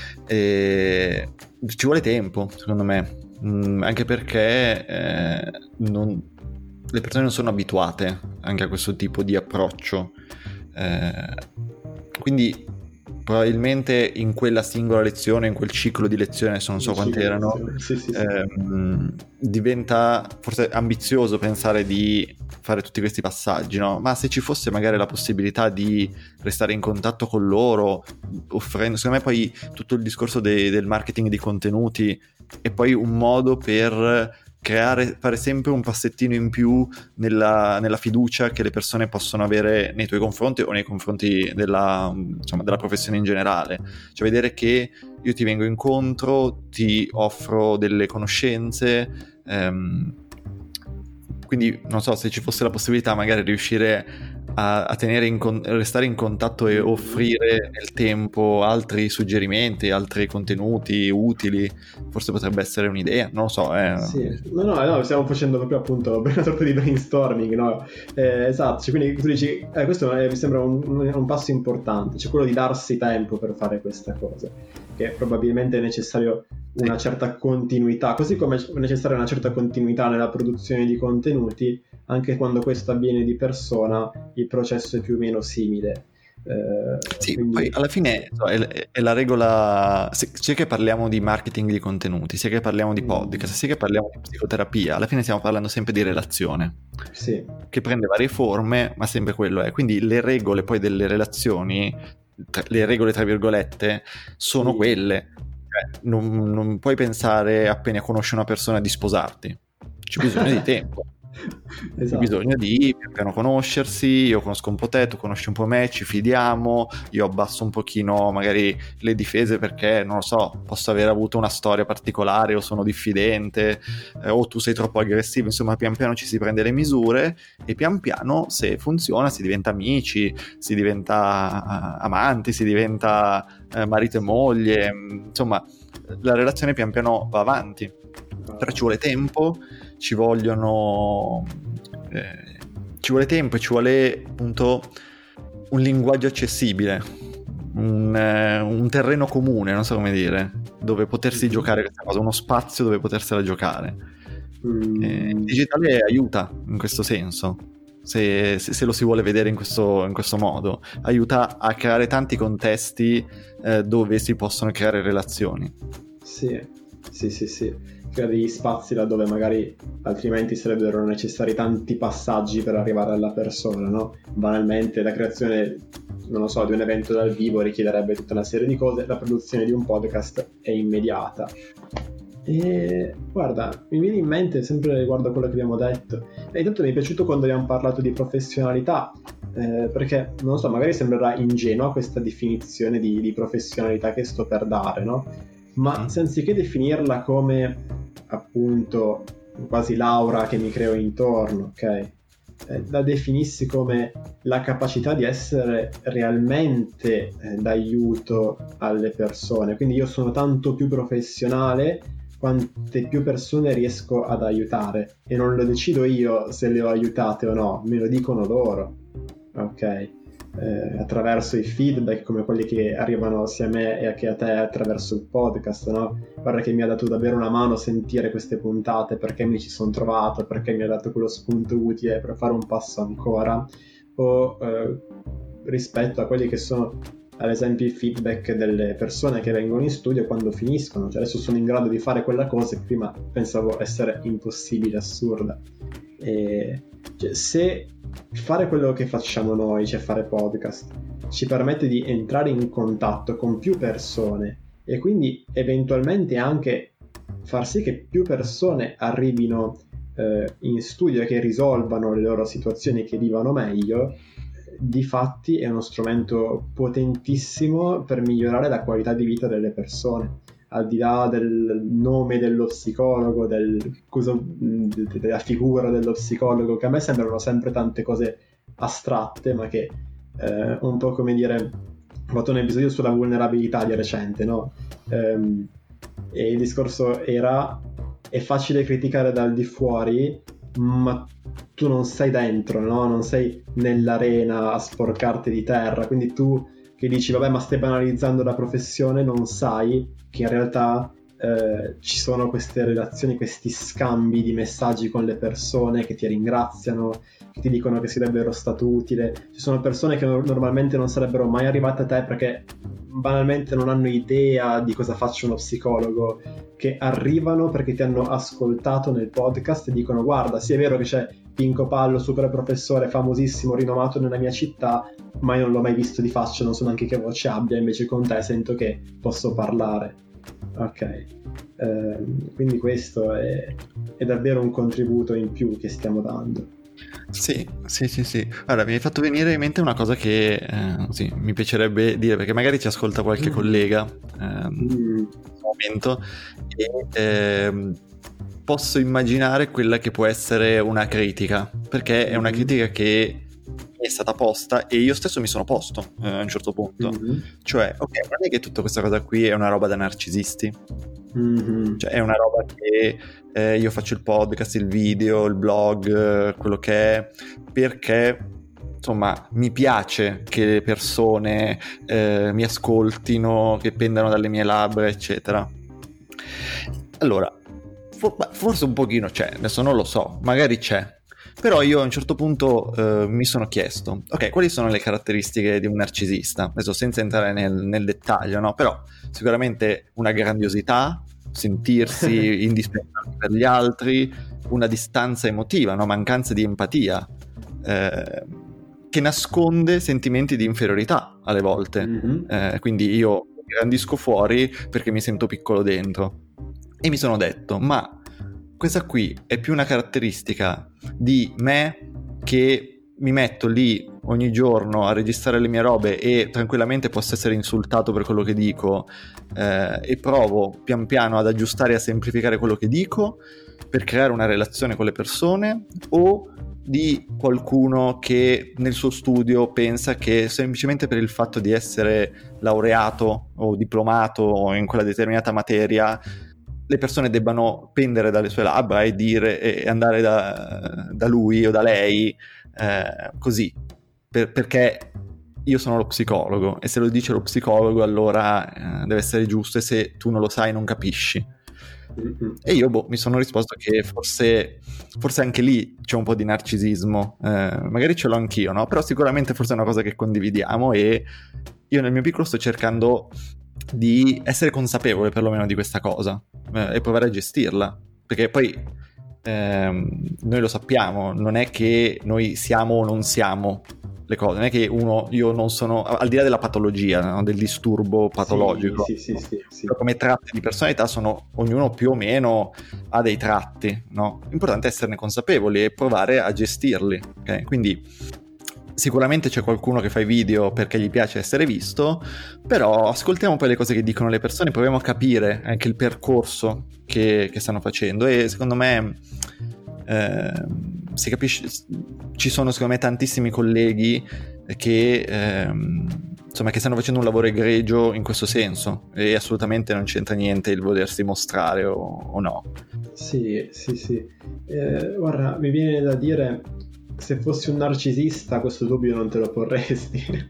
E ci vuole tempo, secondo me, mm, anche perché eh, non, le persone non sono abituate anche a questo tipo di approccio, eh, quindi probabilmente in quella singola lezione, in quel ciclo di lezioni, adesso non so quante erano, sì, sì, sì. Ehm, diventa forse ambizioso pensare di fare tutti questi passaggi, no? Ma se ci fosse magari la possibilità di restare in contatto con loro, offrendo, secondo me poi tutto il discorso de- del marketing di contenuti è poi un modo per creare, fare sempre un passettino in più nella, nella fiducia che le persone possono avere nei tuoi confronti o nei confronti della, insomma, della professione in generale. Cioè vedere che io ti vengo incontro, ti offro delle conoscenze, ehm, quindi non so, se ci fosse la possibilità magari riuscire a, a tenere in con- restare in contatto e offrire nel tempo altri suggerimenti, altri contenuti utili, forse potrebbe essere un'idea, non lo so. Eh. Sì, no, no, no, stiamo facendo proprio appunto una sorta di brainstorming, no? Eh, esatto, cioè, quindi tu dici, eh, questo è, mi sembra un, un passo importante, cioè quello di darsi tempo per fare questa cosa, che probabilmente è necessario una certa continuità, così come è necessaria una certa continuità nella produzione di contenuti, anche quando questo avviene di persona, il processo è più o meno simile. Eh, sì, quindi... poi alla fine è, è la regola, sia che parliamo di marketing di contenuti, sia che parliamo di podcast, sia che parliamo di psicoterapia, alla fine stiamo parlando sempre di relazione, sì, che prende varie forme, ma sempre quello è. Quindi le regole poi delle relazioni, tra, le regole tra virgolette, sono sì. quelle. Cioè, non, non puoi pensare appena conosci una persona di sposarti, c'è bisogno di tempo. Esatto. C'è bisogno di pian piano conoscersi, io conosco un po' te, tu conosci un po' me, ci fidiamo, io abbasso un pochino magari le difese perché, non lo so, posso aver avuto una storia particolare o sono diffidente, eh, o tu sei troppo aggressivo, insomma pian piano ci si prende le misure e pian piano, se funziona, si diventa amici, si diventa uh, amanti, si diventa uh, marito e moglie, insomma la relazione pian piano va avanti, però ci vuole tempo, ci vogliono eh, ci vuole tempo e ci vuole appunto un linguaggio accessibile, un, eh, un terreno comune, non so come dire, dove potersi mm-hmm. giocare questa cosa, uno spazio dove potersela giocare. Mm. Eh, il digitale aiuta in questo senso, se, se, se lo si vuole vedere in questo, in questo modo, aiuta a creare tanti contesti eh, dove si possono creare relazioni. Sì, sì, sì, sì. Crea degli spazi laddove magari altrimenti sarebbero necessari tanti passaggi per arrivare alla persona, no? Banalmente la creazione, non lo so, di un evento dal vivo richiederebbe tutta una serie di cose, la produzione di un podcast è immediata. E guarda, mi viene in mente sempre riguardo a quello che abbiamo detto, e intanto mi è piaciuto quando abbiamo parlato di professionalità, eh, perché non lo so, magari sembrerà ingenua questa definizione di, di professionalità che sto per dare, no? Ma se anziché definirla come appunto quasi l'aura che mi creo intorno, ok? Eh, la definissi come la capacità di essere realmente eh, d'aiuto alle persone. Quindi io sono tanto più professionale quante più persone riesco ad aiutare, e non lo decido io se le ho aiutate o no, me lo dicono loro, ok? Eh, attraverso i feedback come quelli che arrivano sia a me che a te attraverso il podcast, no? Guarda che mi ha dato davvero una mano sentire queste puntate, perché mi ci sono trovato, perché mi ha dato quello spunto utile per fare un passo ancora, o eh, rispetto a quelli che sono ad esempio i feedback delle persone che vengono in studio quando finiscono, cioè adesso sono in grado di fare quella cosa che prima pensavo essere impossibile, assurda. E cioè, se fare quello che facciamo noi, cioè fare podcast, ci permette di entrare in contatto con più persone e quindi eventualmente anche far sì che più persone arrivino eh, in studio e che risolvano le loro situazioni, che vivano meglio, difatti è uno strumento potentissimo per migliorare la qualità di vita delle persone, al di là del nome dello psicologo, del, della figura dello psicologo, che a me sembrano sempre tante cose astratte, ma che eh, un po' come dire, ho fatto un episodio sulla vulnerabilità di recente, no? Ehm, e il discorso era: è facile criticare dal di fuori, ma tu non sei dentro, no? Non sei nell'arena a sporcarti di terra, quindi tu che dici vabbè ma stai banalizzando la professione, non sai che in realtà eh, ci sono queste relazioni, questi scambi di messaggi con le persone che ti ringraziano, che ti dicono che sarebbero stato utile. Ci sono persone che no- normalmente non sarebbero mai arrivate a te perché banalmente non hanno idea di cosa faccia uno psicologo, che arrivano perché ti hanno ascoltato nel podcast e dicono guarda, sì è vero che c'è Pinco Pallo, super professore famosissimo, rinomato nella mia città, ma io non l'ho mai visto di faccia, non so neanche che voce abbia, invece con te sento che posso parlare. Ok, ehm, quindi questo è, è davvero un contributo in più che stiamo dando. Sì, sì, sì, sì. Allora, mi hai fatto venire in mente una cosa che eh, sì, mi piacerebbe dire, perché magari ci ascolta qualche Mm. collega ehm, Mm. in questo momento e ehm, posso immaginare quella che può essere una critica, perché è una Mm. critica che mi è stata posta e io stesso mi sono posto eh, a un certo punto. Mm. Cioè, ok, non è che tutta questa cosa qui è una roba da narcisisti. Mm. Cioè è una roba che eh, io faccio il podcast, il video, il blog, eh, quello che è, perché insomma mi piace che le persone eh, mi ascoltino, che pendano dalle mie labbra, eccetera. Allora, for- forse un pochino c'è, adesso non lo so, magari c'è. Però io a un certo punto eh, mi sono chiesto, ok, quali sono le caratteristiche di un narcisista? Adesso senza entrare nel, nel dettaglio, no? Però sicuramente una grandiosità, sentirsi indispensabile per gli altri, una distanza emotiva, una mancanza di empatia, eh, che nasconde sentimenti di inferiorità alle volte. Mm-hmm. Eh, quindi io mi grandisco fuori perché mi sento piccolo dentro. E mi sono detto, ma questa qui è più una caratteristica di me che mi metto lì ogni giorno a registrare le mie robe e tranquillamente posso essere insultato per quello che dico eh, e provo pian piano ad aggiustare e a semplificare quello che dico per creare una relazione con le persone, o di qualcuno che nel suo studio pensa che semplicemente per il fatto di essere laureato o diplomato in quella determinata materia le persone debbano pendere dalle sue labbra e dire e andare da, da lui o da lei eh, così per, perché io sono lo psicologo e se lo dice lo psicologo allora eh, deve essere giusto, e se tu non lo sai non capisci. Mm-hmm. E io boh, mi sono risposto che forse, forse anche lì c'è un po' di narcisismo, eh, magari ce l'ho anch'io, no? Però sicuramente forse è una cosa che condividiamo e io nel mio piccolo sto cercando di essere consapevole perlomeno di questa cosa eh, e provare a gestirla, perché poi ehm, noi lo sappiamo, non è che noi siamo o non siamo le cose, non è che uno, io non sono, al di là della patologia, no? Del disturbo patologico, sì, sì, sì, sì, sì. come tratti di personalità sono, ognuno più o meno ha dei tratti, no? L'importante è esserne consapevoli e provare a gestirli, ok? Quindi sicuramente c'è qualcuno che fa i video perché gli piace essere visto, però ascoltiamo poi le cose che dicono le persone, proviamo a capire anche il percorso che, che stanno facendo, e secondo me eh, si capisce, ci sono secondo me tantissimi colleghi che eh, insomma che stanno facendo un lavoro egregio in questo senso, e assolutamente non c'entra niente il volersi mostrare o, o no. Sì, sì, sì. Eh, guarda, mi viene da dire, se fossi un narcisista questo dubbio non te lo porresti.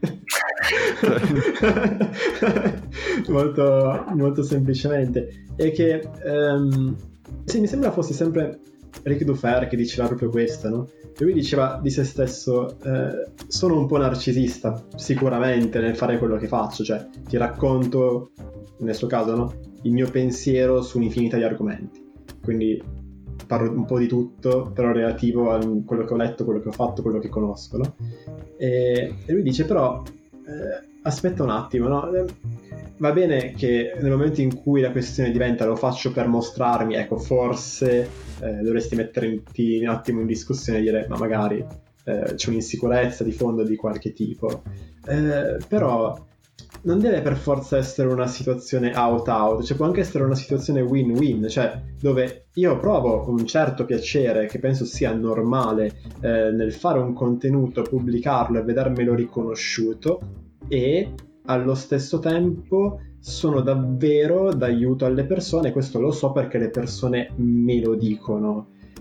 molto, molto semplicemente. E che ehm, sì, mi sembra fosse sempre Ric Dufer che diceva proprio questo, no? E lui diceva di se stesso eh, sono un po' narcisista sicuramente nel fare quello che faccio, cioè ti racconto nel suo caso, no? Il mio pensiero su un'infinità di argomenti, quindi parlo un po' di tutto, però relativo a quello che ho letto, quello che ho fatto, quello che conosco, no? E, e lui dice però eh, aspetta un attimo, no? Va bene che nel momento in cui la questione diventa lo faccio per mostrarmi, ecco, forse eh, dovresti metterti un attimo in discussione e dire ma magari eh, c'è un'insicurezza di fondo di qualche tipo, eh, però non deve per forza essere una situazione out-out, cioè può anche essere una situazione win-win, cioè dove io provo un certo piacere, che penso sia normale, eh, nel fare un contenuto, pubblicarlo e vedermelo riconosciuto, e allo stesso tempo sono davvero d'aiuto alle persone, questo lo so perché le persone me lo dicono.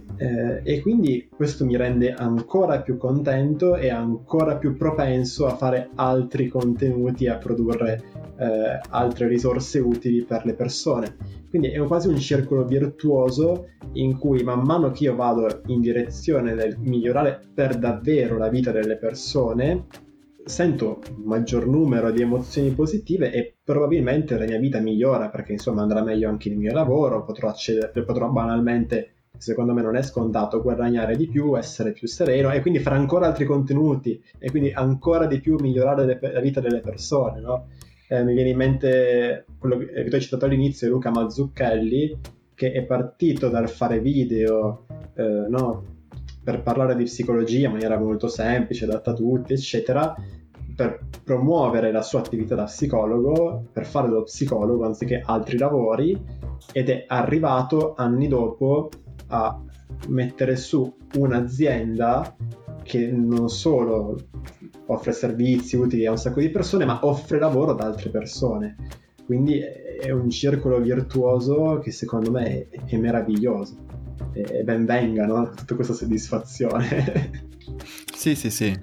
Eh, e quindi questo mi rende ancora più contento e ancora più propenso a fare altri contenuti, a produrre eh, altre risorse utili per le persone. Quindi è quasi un circolo virtuoso in cui man mano che io vado in direzione del migliorare per davvero la vita delle persone, sento un maggior numero di emozioni positive e probabilmente la mia vita migliora, perché insomma andrà meglio anche il mio lavoro, potrò accedere, potrò banalmente, secondo me non è scontato, guadagnare di più, essere più sereno e quindi fare ancora altri contenuti e quindi ancora di più migliorare le, la vita delle persone, no? Eh, mi viene in mente quello che tu hai citato all'inizio, Luca Mazzucchelli, che è partito dal fare video, eh, no? per parlare di psicologia in maniera molto semplice, adatta a tutti, eccetera, per promuovere la sua attività da psicologo, per fare lo psicologo anziché altri lavori, ed è arrivato anni dopo a mettere su un'azienda che non solo offre servizi utili a un sacco di persone, ma offre lavoro ad altre persone. Quindi è un circolo virtuoso che secondo me è, è meraviglioso. E ben venga, no? Tutta questa soddisfazione. Sì, sì, sì.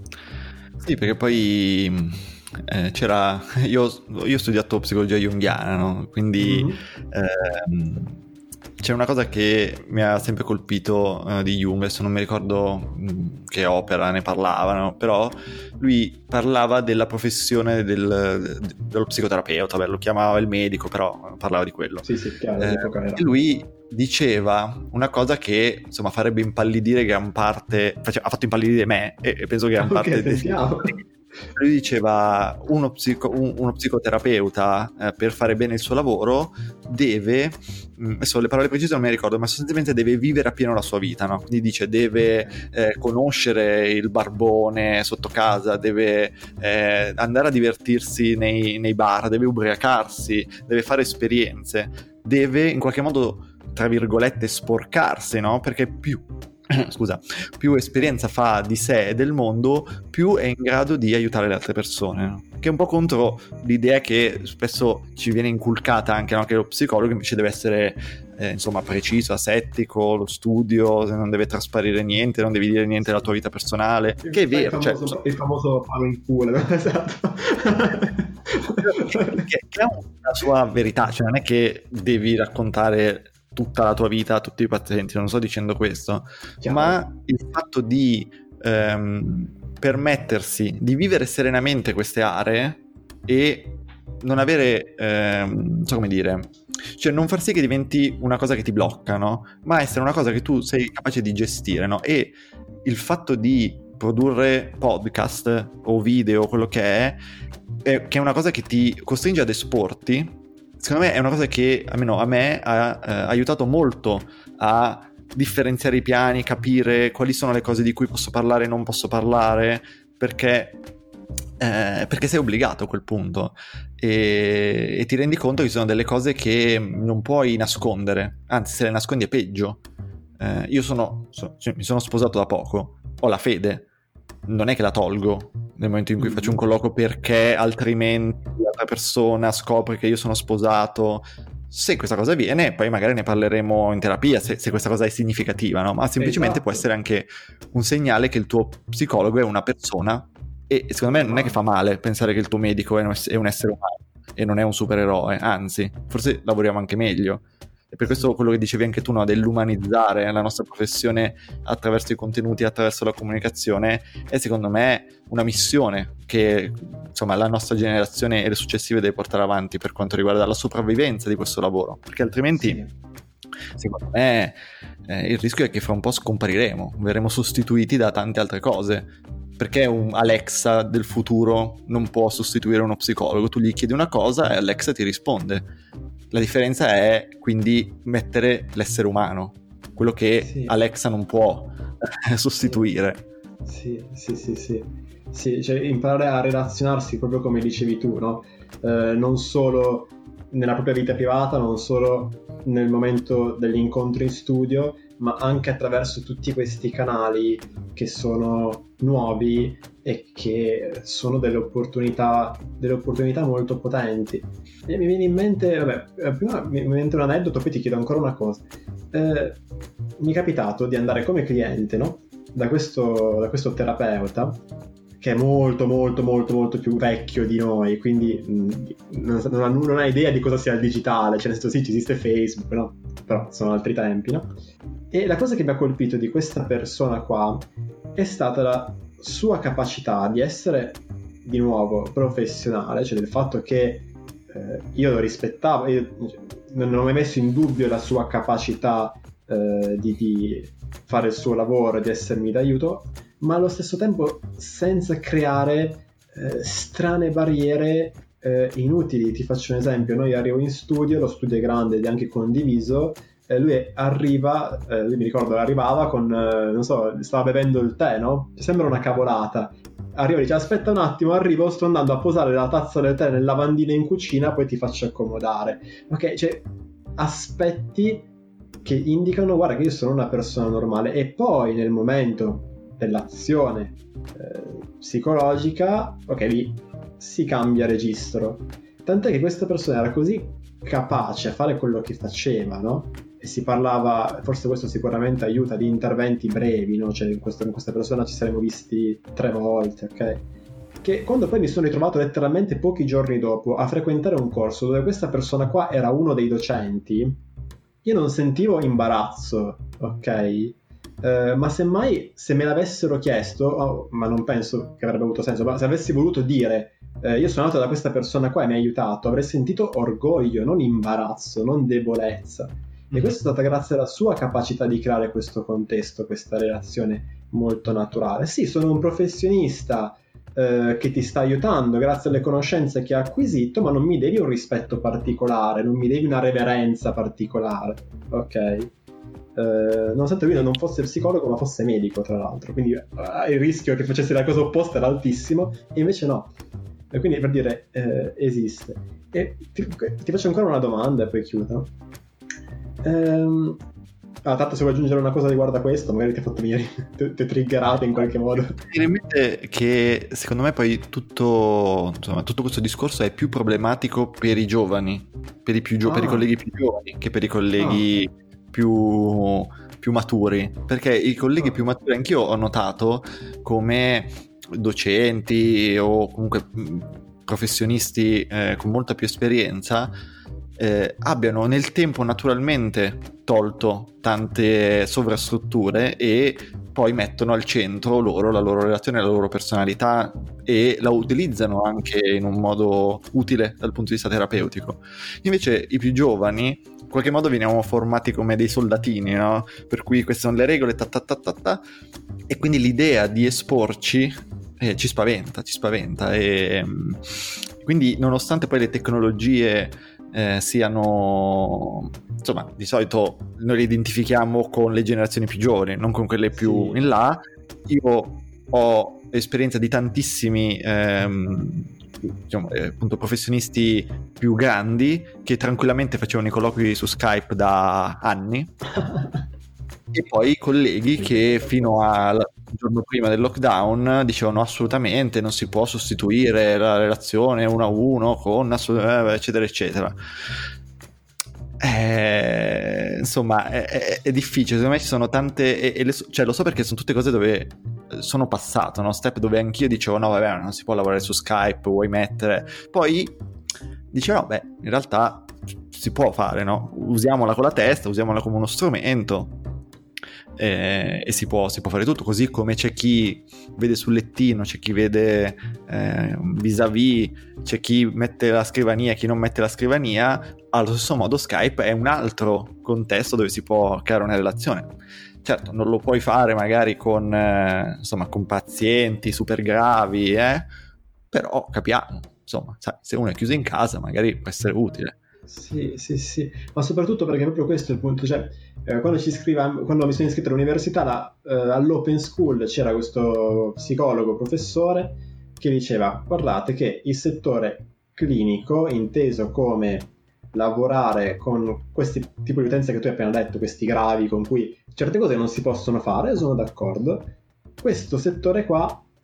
Sì, perché poi eh, c'era... Io, io ho studiato psicologia junghiana, no? Quindi... Mm-hmm. ehm, c'è una cosa che mi ha sempre colpito uh, di Jung, adesso non mi ricordo mh, che opera ne parlavano, però lui parlava della professione del, de, dello psicoterapeuta, beh, lo chiamava il medico, però parlava di quello. Sì, sì, chiaro, eh, e lui diceva una cosa che insomma farebbe impallidire gran parte, face, ha fatto impallidire me e, e penso che gran parte okay, dei... Lui diceva uno, psico, un, uno psicoterapeuta eh, per fare bene il suo lavoro deve, mh, adesso le parole precise non mi ricordo, ma sostanzialmente deve vivere appieno la sua vita, no? Quindi dice deve eh, conoscere il barbone sotto casa, deve eh, andare a divertirsi nei, nei bar, deve ubriacarsi, deve fare esperienze, deve in qualche modo, tra virgolette, sporcarsi, no? Perché più scusa, più esperienza fa di sé e del mondo, più è in grado di aiutare le altre persone, no? Che è un po' contro l'idea che spesso ci viene inculcata anche, no? Che lo psicologo invece deve essere eh, insomma preciso, asettico, lo studio, non deve trasparire niente, non devi dire niente della tua vita personale, che è vero, il famoso, cioè, il famoso palo in culo, esatto. che, che ha una sua verità, cioè non è che devi raccontare tutta la tua vita a tutti i pazienti, non sto dicendo questo, chiaro, ma il fatto di ehm, permettersi di vivere serenamente queste aree e non avere, ehm, non so come dire, cioè non far sì che diventi una cosa che ti blocca, no? Ma essere una cosa che tu sei capace di gestire, no? E il fatto di produrre podcast o video, quello che è, è che è una cosa che ti costringe ad esporti. Secondo me è una cosa che, almeno a me, ha eh, aiutato molto a differenziare i piani, capire quali sono le cose di cui posso parlare e non posso parlare, perché, eh, perché sei obbligato a quel punto e, e ti rendi conto che ci sono delle cose che non puoi nascondere, anzi se le nascondi è peggio. Eh, io sono, so, cioè, mi sono sposato da poco, ho la fede, non è che la tolgo nel momento in cui faccio un colloquio perché altrimenti l'altra persona scopre che io sono sposato. Se questa cosa avviene, poi magari ne parleremo in terapia, se, se questa cosa è significativa, no? Ma semplicemente esatto, può essere anche un segnale che il tuo psicologo è una persona e secondo me non è che fa male pensare che il tuo medico è un, è un essere umano e non è un supereroe, anzi, forse lavoriamo anche meglio. E per questo quello che dicevi anche tu, no, dell'umanizzare la nostra professione attraverso i contenuti, attraverso la comunicazione, è secondo me una missione che insomma la nostra generazione e le successive deve portare avanti per quanto riguarda la sopravvivenza di questo lavoro, perché altrimenti sì, secondo me eh, il rischio è che fra un po' scompariremo, verremo sostituiti da tante altre cose. Perché un Alexa del futuro non può sostituire uno psicologo? Tu gli chiedi una cosa e Alexa ti risponde. La differenza è quindi mettere l'essere umano, quello che sì, Alexa non può sostituire. Sì, sì, sì, sì, sì, cioè imparare a relazionarsi proprio come dicevi tu, no? Eh, non solo nella propria vita privata, non solo nel momento degli incontri in studio, ma anche attraverso tutti questi canali che sono nuovi e che sono delle opportunità, delle opportunità molto potenti. E mi viene in mente, vabbè, prima mi viene in mente un aneddoto, poi ti chiedo ancora una cosa. Eh, mi è capitato di andare come cliente, no? Da questo, da questo terapeuta, che è molto molto molto molto più vecchio di noi, quindi mh, non, non, ha, non ha idea di cosa sia il digitale, cioè nel senso sì, ci esiste Facebook, no? Però sono altri tempi, no? E la cosa che mi ha colpito di questa persona qua è stata la sua capacità di essere di nuovo professionale, cioè del fatto che eh, io lo rispettavo, io non ho mai messo in dubbio la sua capacità eh, di, di fare il suo lavoro, di essermi d'aiuto, ma allo stesso tempo senza creare eh, strane barriere eh, inutili. Ti faccio un esempio: noi arrivo in studio, lo studio è grande ed è anche condiviso, eh, lui arriva, eh, lui mi ricordo arrivava con, eh, non so, stava bevendo il tè, no? Sembra una cavolata. Arriva e dice: aspetta un attimo, arrivo, sto andando a posare la tazza del tè nel lavandino in cucina, poi ti faccio accomodare. Ok, cioè aspetti che indicano, guarda che io sono una persona normale. E poi nel momento dell'azione eh, psicologica, ok, lì si cambia registro. Tant'è che questa persona era così capace a fare quello che faceva, no? E si parlava, forse questo sicuramente aiuta, di interventi brevi, no? Cioè in questo, in questa persona ci saremmo visti tre volte, ok? Che quando poi mi sono ritrovato letteralmente pochi giorni dopo a frequentare un corso dove questa persona qua era uno dei docenti, io non sentivo imbarazzo, ok? Uh, ma semmai se me l'avessero chiesto, oh, ma non penso che avrebbe avuto senso, ma se avessi voluto dire eh, io sono andato da questa persona qua e mi ha aiutato, avrei sentito orgoglio, non imbarazzo, non debolezza. E questo è stata grazie alla sua capacità di creare questo contesto, questa relazione molto naturale. Sì, sono un professionista eh, che ti sta aiutando grazie alle conoscenze che ha acquisito, ma non mi devi un rispetto particolare, non mi devi una reverenza particolare, ok? Uh, nonostante lui non fosse psicologo ma fosse medico, tra l'altro, quindi uh, il rischio che facesse la cosa opposta era altissimo, e invece no. E quindi, per dire, uh, esiste. E ti, ti faccio ancora una domanda e poi chiudo. Um, ah, tanto se vuoi aggiungere una cosa riguardo a questo, magari ti ha fatto venire, ti, ti ho triggerato in qualche modo. Mi viene in mente che secondo me poi tutto, insomma, tutto questo discorso è più problematico per i giovani, per i, più gio- ah. per i colleghi più giovani che per i colleghi ah. Più, più maturi, perché i colleghi più maturi, anch'io ho notato come docenti o comunque professionisti eh, con molta più esperienza eh, abbiano nel tempo naturalmente tolto tante sovrastrutture e poi mettono al centro loro, la loro relazione, la loro personalità, e la utilizzano anche in un modo utile dal punto di vista terapeutico. Invece i più giovani in qualche modo veniamo formati come dei soldatini, no? Per cui queste sono le regole, ta ta ta ta ta, e quindi l'idea di esporci eh, ci spaventa, ci spaventa. E quindi, nonostante poi le tecnologie eh, siano, insomma, di solito noi le identifichiamo con le generazioni più giovani, non con quelle più sì. in là. Io ho esperienza di tantissimi ehm, diciamo, eh, appunto professionisti più grandi che tranquillamente facevano i colloqui su Skype da anni e poi colleghi che fino al giorno prima del lockdown dicevano assolutamente non si può sostituire la relazione uno a uno con assolut- eccetera eccetera. Eh, insomma è, è, è difficile, secondo me ci sono tante e, e le, cioè lo so perché sono tutte cose dove sono passato, no? Step dove anch'io dicevo no vabbè non si può lavorare su Skype, vuoi mettere, poi dicevo no beh in realtà si può fare, no? Usiamola con la testa, usiamola come uno strumento eh, e si può, si può fare tutto, così come c'è chi vede sul lettino, c'è chi vede eh, vis-à-vis, c'è chi mette la scrivania, chi non mette la scrivania. Allo stesso modo Skype è un altro contesto dove si può creare una relazione. Certo, non lo puoi fare magari con, eh, insomma, con pazienti super gravi, eh? Però capiamo, insomma, sai, se uno è chiuso in casa magari può essere utile. Sì, sì, sì, ma soprattutto perché proprio questo è il punto, cioè eh, quando ci iscriva, quando mi sono iscritto all'università, la, eh, all'open school c'era questo psicologo, professore, che diceva guardate che il settore clinico, inteso come lavorare con questi tipi di utenze che tu hai appena detto, questi gravi con cui certe cose non si possono fare, sono d'accordo, questo settore qua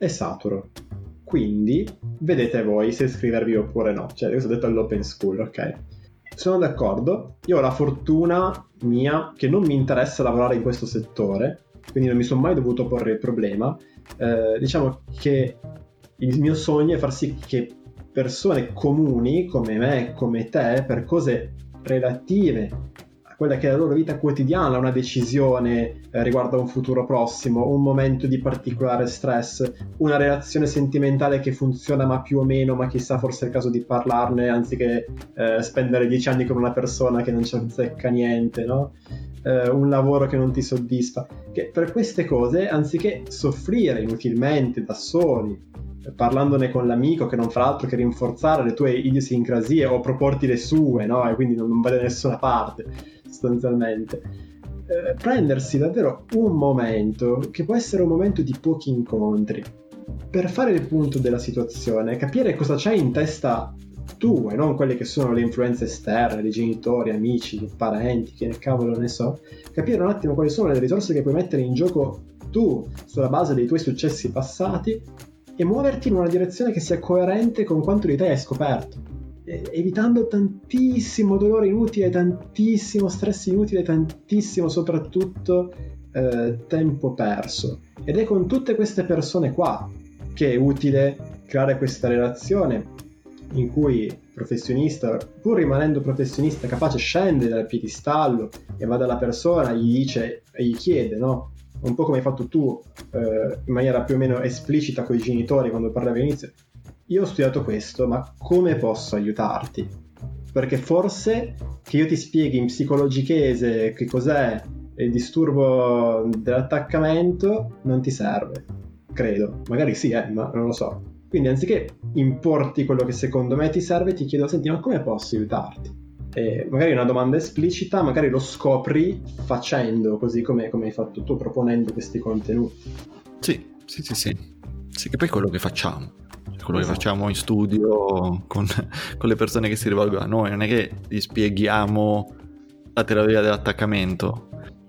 è saturo. Quindi vedete voi se iscrivervi oppure no. Cioè, questo ho detto all'open school, ok? Sono d'accordo. Io ho la fortuna mia che non mi interessa lavorare in questo settore, quindi non mi sono mai dovuto porre il problema. Eh, diciamo che il mio sogno è far sì che persone comuni come me, come te, per cose relative a quella che è la loro vita quotidiana, una decisione eh, riguardo a un futuro prossimo, un momento di particolare stress, una relazione sentimentale che funziona ma più o meno, ma chissà, forse è il caso di parlarne anziché eh, spendere dieci anni con una persona che non ci azzecca niente, no? Eh, un lavoro che non ti soddisfa, che per queste cose, anziché soffrire inutilmente da soli, parlandone con l'amico che non fa altro che rinforzare le tue idiosincrasie o proporti le sue, no? E quindi non, non va da nessuna parte, sostanzialmente. Eh, prendersi davvero un momento, che può essere un momento di pochi incontri, per fare il punto della situazione, capire cosa c'è in testa tu e non quelle che sono le influenze esterne, dei genitori, amici, parenti, che ne cavolo ne so, capire un attimo quali sono le risorse che puoi mettere in gioco tu sulla base dei tuoi successi passati e muoverti in una direzione che sia coerente con quanto di te hai scoperto, eh, evitando tantissimo dolore inutile, tantissimo stress inutile, tantissimo soprattutto eh, tempo perso. Ed è con tutte queste persone qua che è utile creare questa relazione in cui il professionista, pur rimanendo professionista, capace, scende dal piedistallo e va dalla persona, gli dice e gli chiede, no? Un po' come hai fatto tu, eh, in maniera più o meno esplicita con i genitori quando parlavi all'inizio. Io ho studiato questo, ma come posso aiutarti? Perché forse che io ti spieghi in psicologichese che cos'è il disturbo dell'attaccamento non ti serve, credo. Magari sì, eh, ma non lo so. Quindi anziché importi quello che secondo me ti serve, ti chiedo, senti, ma come posso aiutarti? E magari una domanda esplicita, magari lo scopri facendo, così come, come hai fatto tu, proponendo questi contenuti. Sì, sì, sì, sì. Sì, che poi è quello che facciamo. Quello esatto. Che facciamo in studio con, con le persone che si rivolgono a noi. Non è che gli spieghiamo la teoria dell'attaccamento.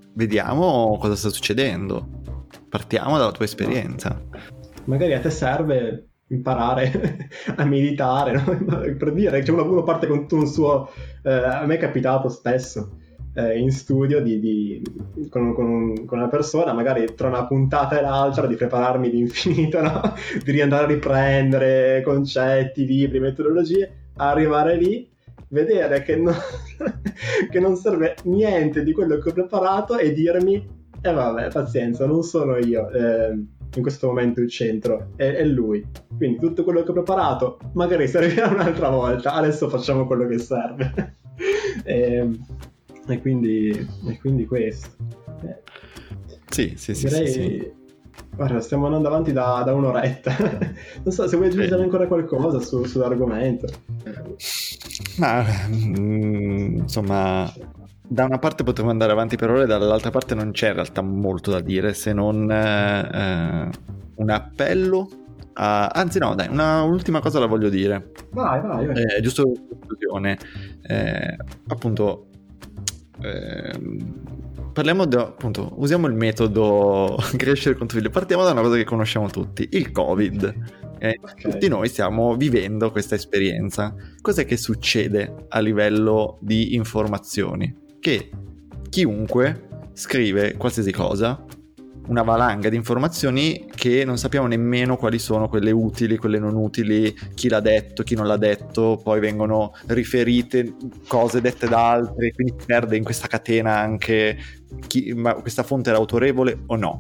Vediamo cosa sta succedendo. Partiamo dalla tua esperienza. Magari a te serve imparare a meditare, no? Per dire, cioè uno, uno parte con un suo eh, a me è capitato spesso eh, in studio di, di, con, con, con una persona, magari tra una puntata e l'altra, di prepararmi l'infinito, no? Di riandare a riprendere concetti, libri, metodologie, arrivare lì, vedere che non, che non serve niente di quello che ho preparato e dirmi e eh vabbè, pazienza, non sono io eh, in questo momento il centro, è, è lui. Quindi tutto quello che ho preparato magari servirà un'altra volta, adesso facciamo quello che serve. e, e, quindi, e quindi questo. Eh, sì, sì, sì, direi, sì, sì. Guarda, stiamo andando avanti da, da un'oretta. Non so se vuoi aggiungere ancora qualcosa su, sull'argomento. Ma, mm, insomma... Da una parte potremmo andare avanti per ore, dall'altra parte non c'è in realtà molto da dire, se non eh, un appello a... Anzi no, dai, una ultima cosa la voglio dire. Vai, vai, vai. Eh, giusto per conclusione. Eh, appunto, eh, parliamo di, appunto, usiamo il metodo crescere con tuo figlio. Partiamo da una cosa che conosciamo tutti, il Covid. Eh, okay. Tutti noi stiamo vivendo questa esperienza. Cos'è che succede a livello di informazioni? Che chiunque scrive qualsiasi cosa, una valanga di informazioni che non sappiamo nemmeno quali sono quelle utili, quelle non utili, chi l'ha detto, chi non l'ha detto, poi vengono riferite cose dette da altri, quindi si perde in questa catena anche chi, ma questa fonte era autorevole o no.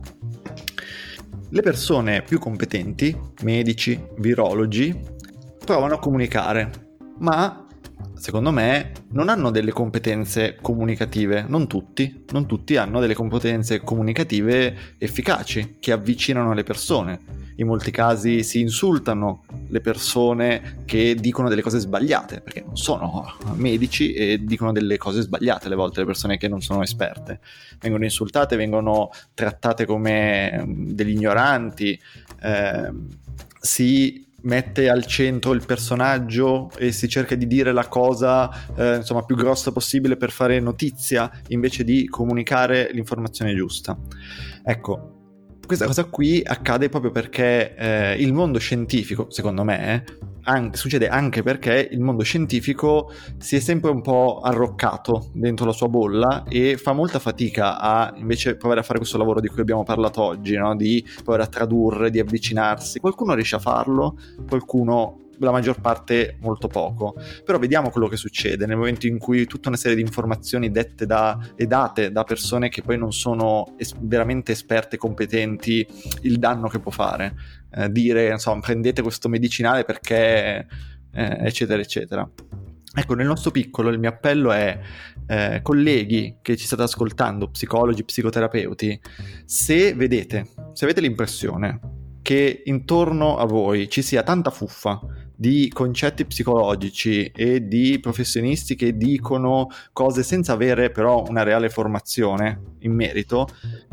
Le persone più competenti, medici, virologi, provano a comunicare, ma secondo me non hanno delle competenze comunicative, non tutti, non tutti hanno delle competenze comunicative efficaci che avvicinano le persone. In molti casi si insultano le persone che dicono delle cose sbagliate, perché non sono medici e dicono delle cose sbagliate alle volte, le persone che non sono esperte. Vengono insultate, vengono trattate come degli ignoranti, eh, si mette al centro il personaggio e si cerca di dire la cosa eh, insomma più grossa possibile per fare notizia invece di comunicare l'informazione giusta. Ecco, questa cosa qui accade proprio perché eh, il mondo scientifico, secondo me, anche, succede anche perché il mondo scientifico si è sempre un po' arroccato dentro la sua bolla e fa molta fatica a invece provare a fare questo lavoro di cui abbiamo parlato oggi, no? Di provare a tradurre, di avvicinarsi. Qualcuno riesce a farlo, qualcuno, la maggior parte, molto poco. Però vediamo quello che succede nel momento in cui tutta una serie di informazioni dette da, e date da persone che poi non sono es- veramente esperte e competenti, il danno che può fare. Eh, dire, insomma, prendete questo medicinale perché eh, eccetera eccetera. Ecco, nel nostro piccolo il mio appello è eh, colleghi che ci state ascoltando, psicologi, psicoterapeuti, se vedete, se avete l'impressione che intorno a voi ci sia tanta fuffa di concetti psicologici e di professionisti che dicono cose senza avere però una reale formazione in merito,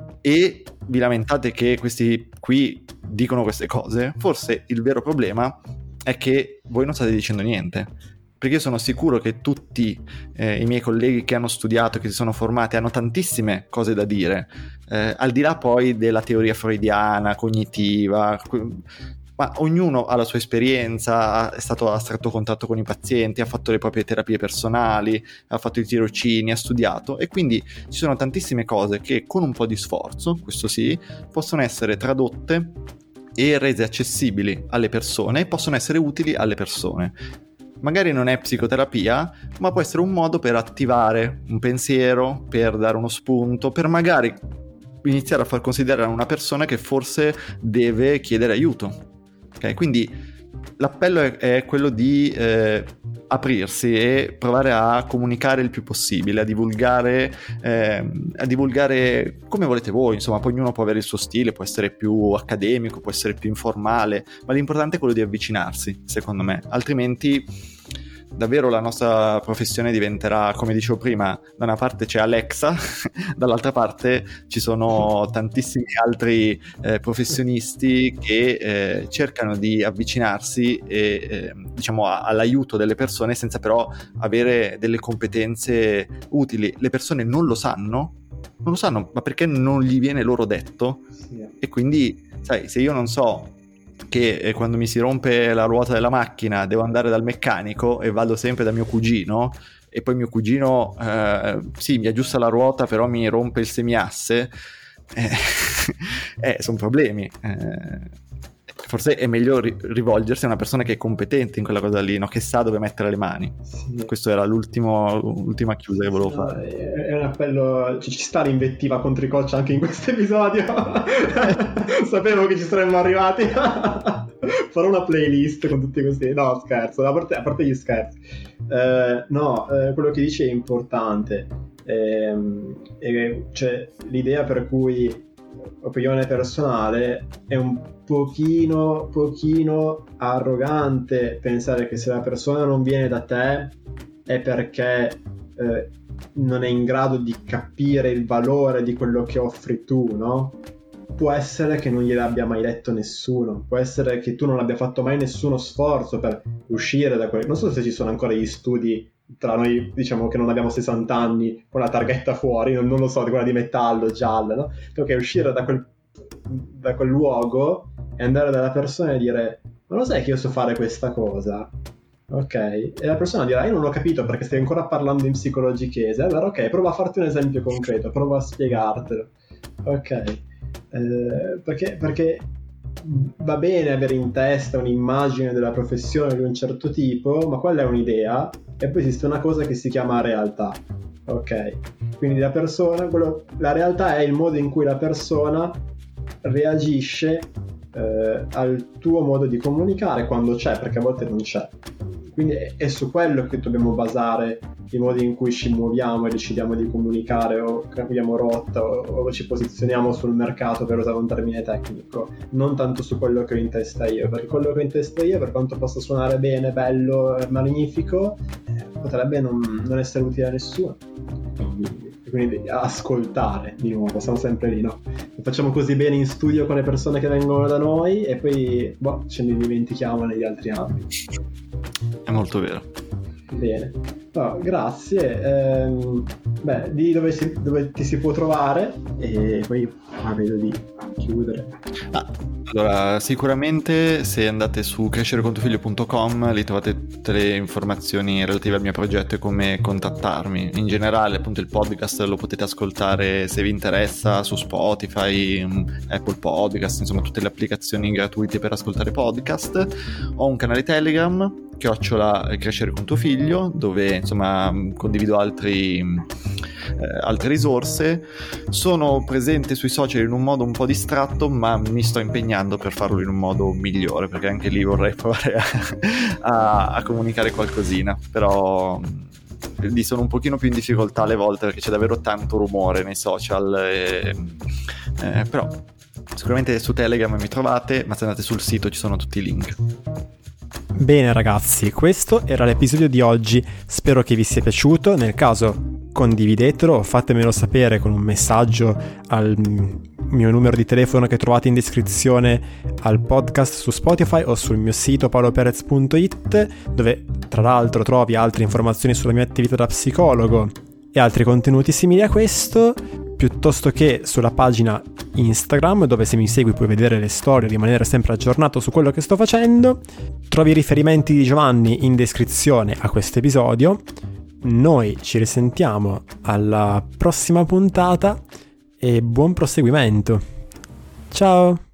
e vi lamentate che questi qui dicono queste cose, forse il vero problema è che voi non state dicendo niente. Perché io sono sicuro che tutti eh, i miei colleghi che hanno studiato, che si sono formati, hanno tantissime cose da dire, eh, al di là poi della teoria freudiana, cognitiva, ma ognuno ha la sua esperienza, è stato a stretto contatto con i pazienti, ha fatto le proprie terapie personali, ha fatto i tirocini, ha studiato, e quindi ci sono tantissime cose che con un po' di sforzo, questo sì, possono essere tradotte e rese accessibili alle persone, possono essere utili alle persone. Magari non è psicoterapia, ma può essere un modo per attivare un pensiero, per dare uno spunto, per magari iniziare a far considerare a una persona che forse deve chiedere aiuto. Okay? Quindi l'appello è, è quello di eh, aprirsi e provare a comunicare il più possibile, a divulgare, eh, a divulgare come volete voi, insomma, poi ognuno può avere il suo stile, può essere più accademico, può essere più informale, ma l'importante è quello di avvicinarsi, secondo me, altrimenti davvero la nostra professione diventerà, come dicevo prima, da una parte c'è Alexa, dall'altra parte ci sono tantissimi altri eh, professionisti che eh, cercano di avvicinarsi e, eh, diciamo a, all'aiuto delle persone senza però avere delle competenze utili. Le persone non lo sanno, non lo sanno, ma perché non gli viene loro detto, sì. E quindi, sai, se io non so che eh, quando mi si rompe la ruota della macchina devo andare dal meccanico e vado sempre da mio cugino, e poi mio cugino eh, sì, mi aggiusta la ruota però mi rompe il semiasse, eh, eh, sono problemi. Eh, forse è meglio ri- rivolgersi a una persona che è competente in quella cosa lì, no? Che sa dove mettere le mani. Sì. Questo era l'ultimo, l'ultima chiusa che volevo fare. È un appello, ci sta l'invettiva contro i coach anche in questo episodio. Sapevo che ci saremmo arrivati. Farò una playlist con tutti questi. No, scherzo, a parte, a parte gli scherzi. Eh, no, eh, quello che dice è importante. Eh, eh, cioè, l'idea per cui opinione personale è un pochino pochino arrogante pensare che se la persona non viene da te è perché eh, non è in grado di capire il valore di quello che offri tu, no? Può essere che non gliel'abbia mai detto nessuno, può essere che tu non abbia fatto mai nessuno sforzo per uscire da quel... Non so se ci sono ancora gli studi tra noi, diciamo, che non abbiamo sessanta anni con la targhetta fuori, non, non lo so, quella di metallo gialla, no? Perché uscire da quel, da quel luogo e andare dalla persona e dire: ma lo sai che io so fare questa cosa? Ok, e la persona dirà: io non ho capito perché stai ancora parlando in psicologichese. Allora ok, prova a farti un esempio concreto, prova a spiegartelo. Ok, eh, perché, perché va bene avere in testa un'immagine della professione di un certo tipo, ma quella è un'idea e poi esiste una cosa che si chiama realtà. Ok, quindi la persona, quello, la realtà è il modo in cui la persona reagisce eh, al tuo modo di comunicare quando c'è, perché a volte non c'è. Quindi è, è su quello che dobbiamo basare i modi in cui ci muoviamo e decidiamo di comunicare, o cambiamo rotta, o, o ci posizioniamo sul mercato, per usare un termine tecnico, non tanto su quello che ho in testa io, perché quello che ho in testa io, per quanto possa suonare bene, bello, magnifico, eh, potrebbe non, non essere utile a nessuno. Quindi ascoltare, di nuovo, siamo sempre lì, no? Lo facciamo così bene in studio con le persone che vengono da noi e poi boh, ce ne dimentichiamo negli altri ambiti. È molto vero. Bene, no, grazie. Ehm, beh, di dove, si, dove ti si può trovare, e poi ah, vedo di chiudere. Ah, allora, sicuramente se andate su crescere con tuo figlio punto com lì trovate tutte le informazioni relative al mio progetto e come contattarmi. In generale, appunto, il podcast lo potete ascoltare, se vi interessa, su Spotify, Apple Podcast, insomma tutte le applicazioni gratuite per ascoltare podcast. Ho un canale Telegram, chiocciola crescere con tuo figlio, dove insomma condivido altri, eh, altre risorse. Sono presente sui social in un modo un po' distratto, ma mi sto impegnando per farlo in un modo migliore, perché anche lì vorrei provare a, a, a comunicare qualcosina, però lì sono un pochino più in difficoltà alle volte perché c'è davvero tanto rumore nei social e, eh, però sicuramente su Telegram mi trovate, ma se andate sul sito ci sono tutti i link. Bene ragazzi, questo era l'episodio di oggi, spero che vi sia piaciuto. Nel caso condividetelo o fatemelo sapere con un messaggio al mio numero di telefono che trovate in descrizione al podcast su Spotify o sul mio sito paolo perez punto it, dove tra l'altro trovi altre informazioni sulla mia attività da psicologo e altri contenuti simili a questo, piuttosto che sulla pagina Instagram, dove se mi segui puoi vedere le storie e rimanere sempre aggiornato su quello che sto facendo. Trovi i riferimenti di Giovanni in descrizione a questo episodio. Noi ci risentiamo alla prossima puntata e buon proseguimento. Ciao!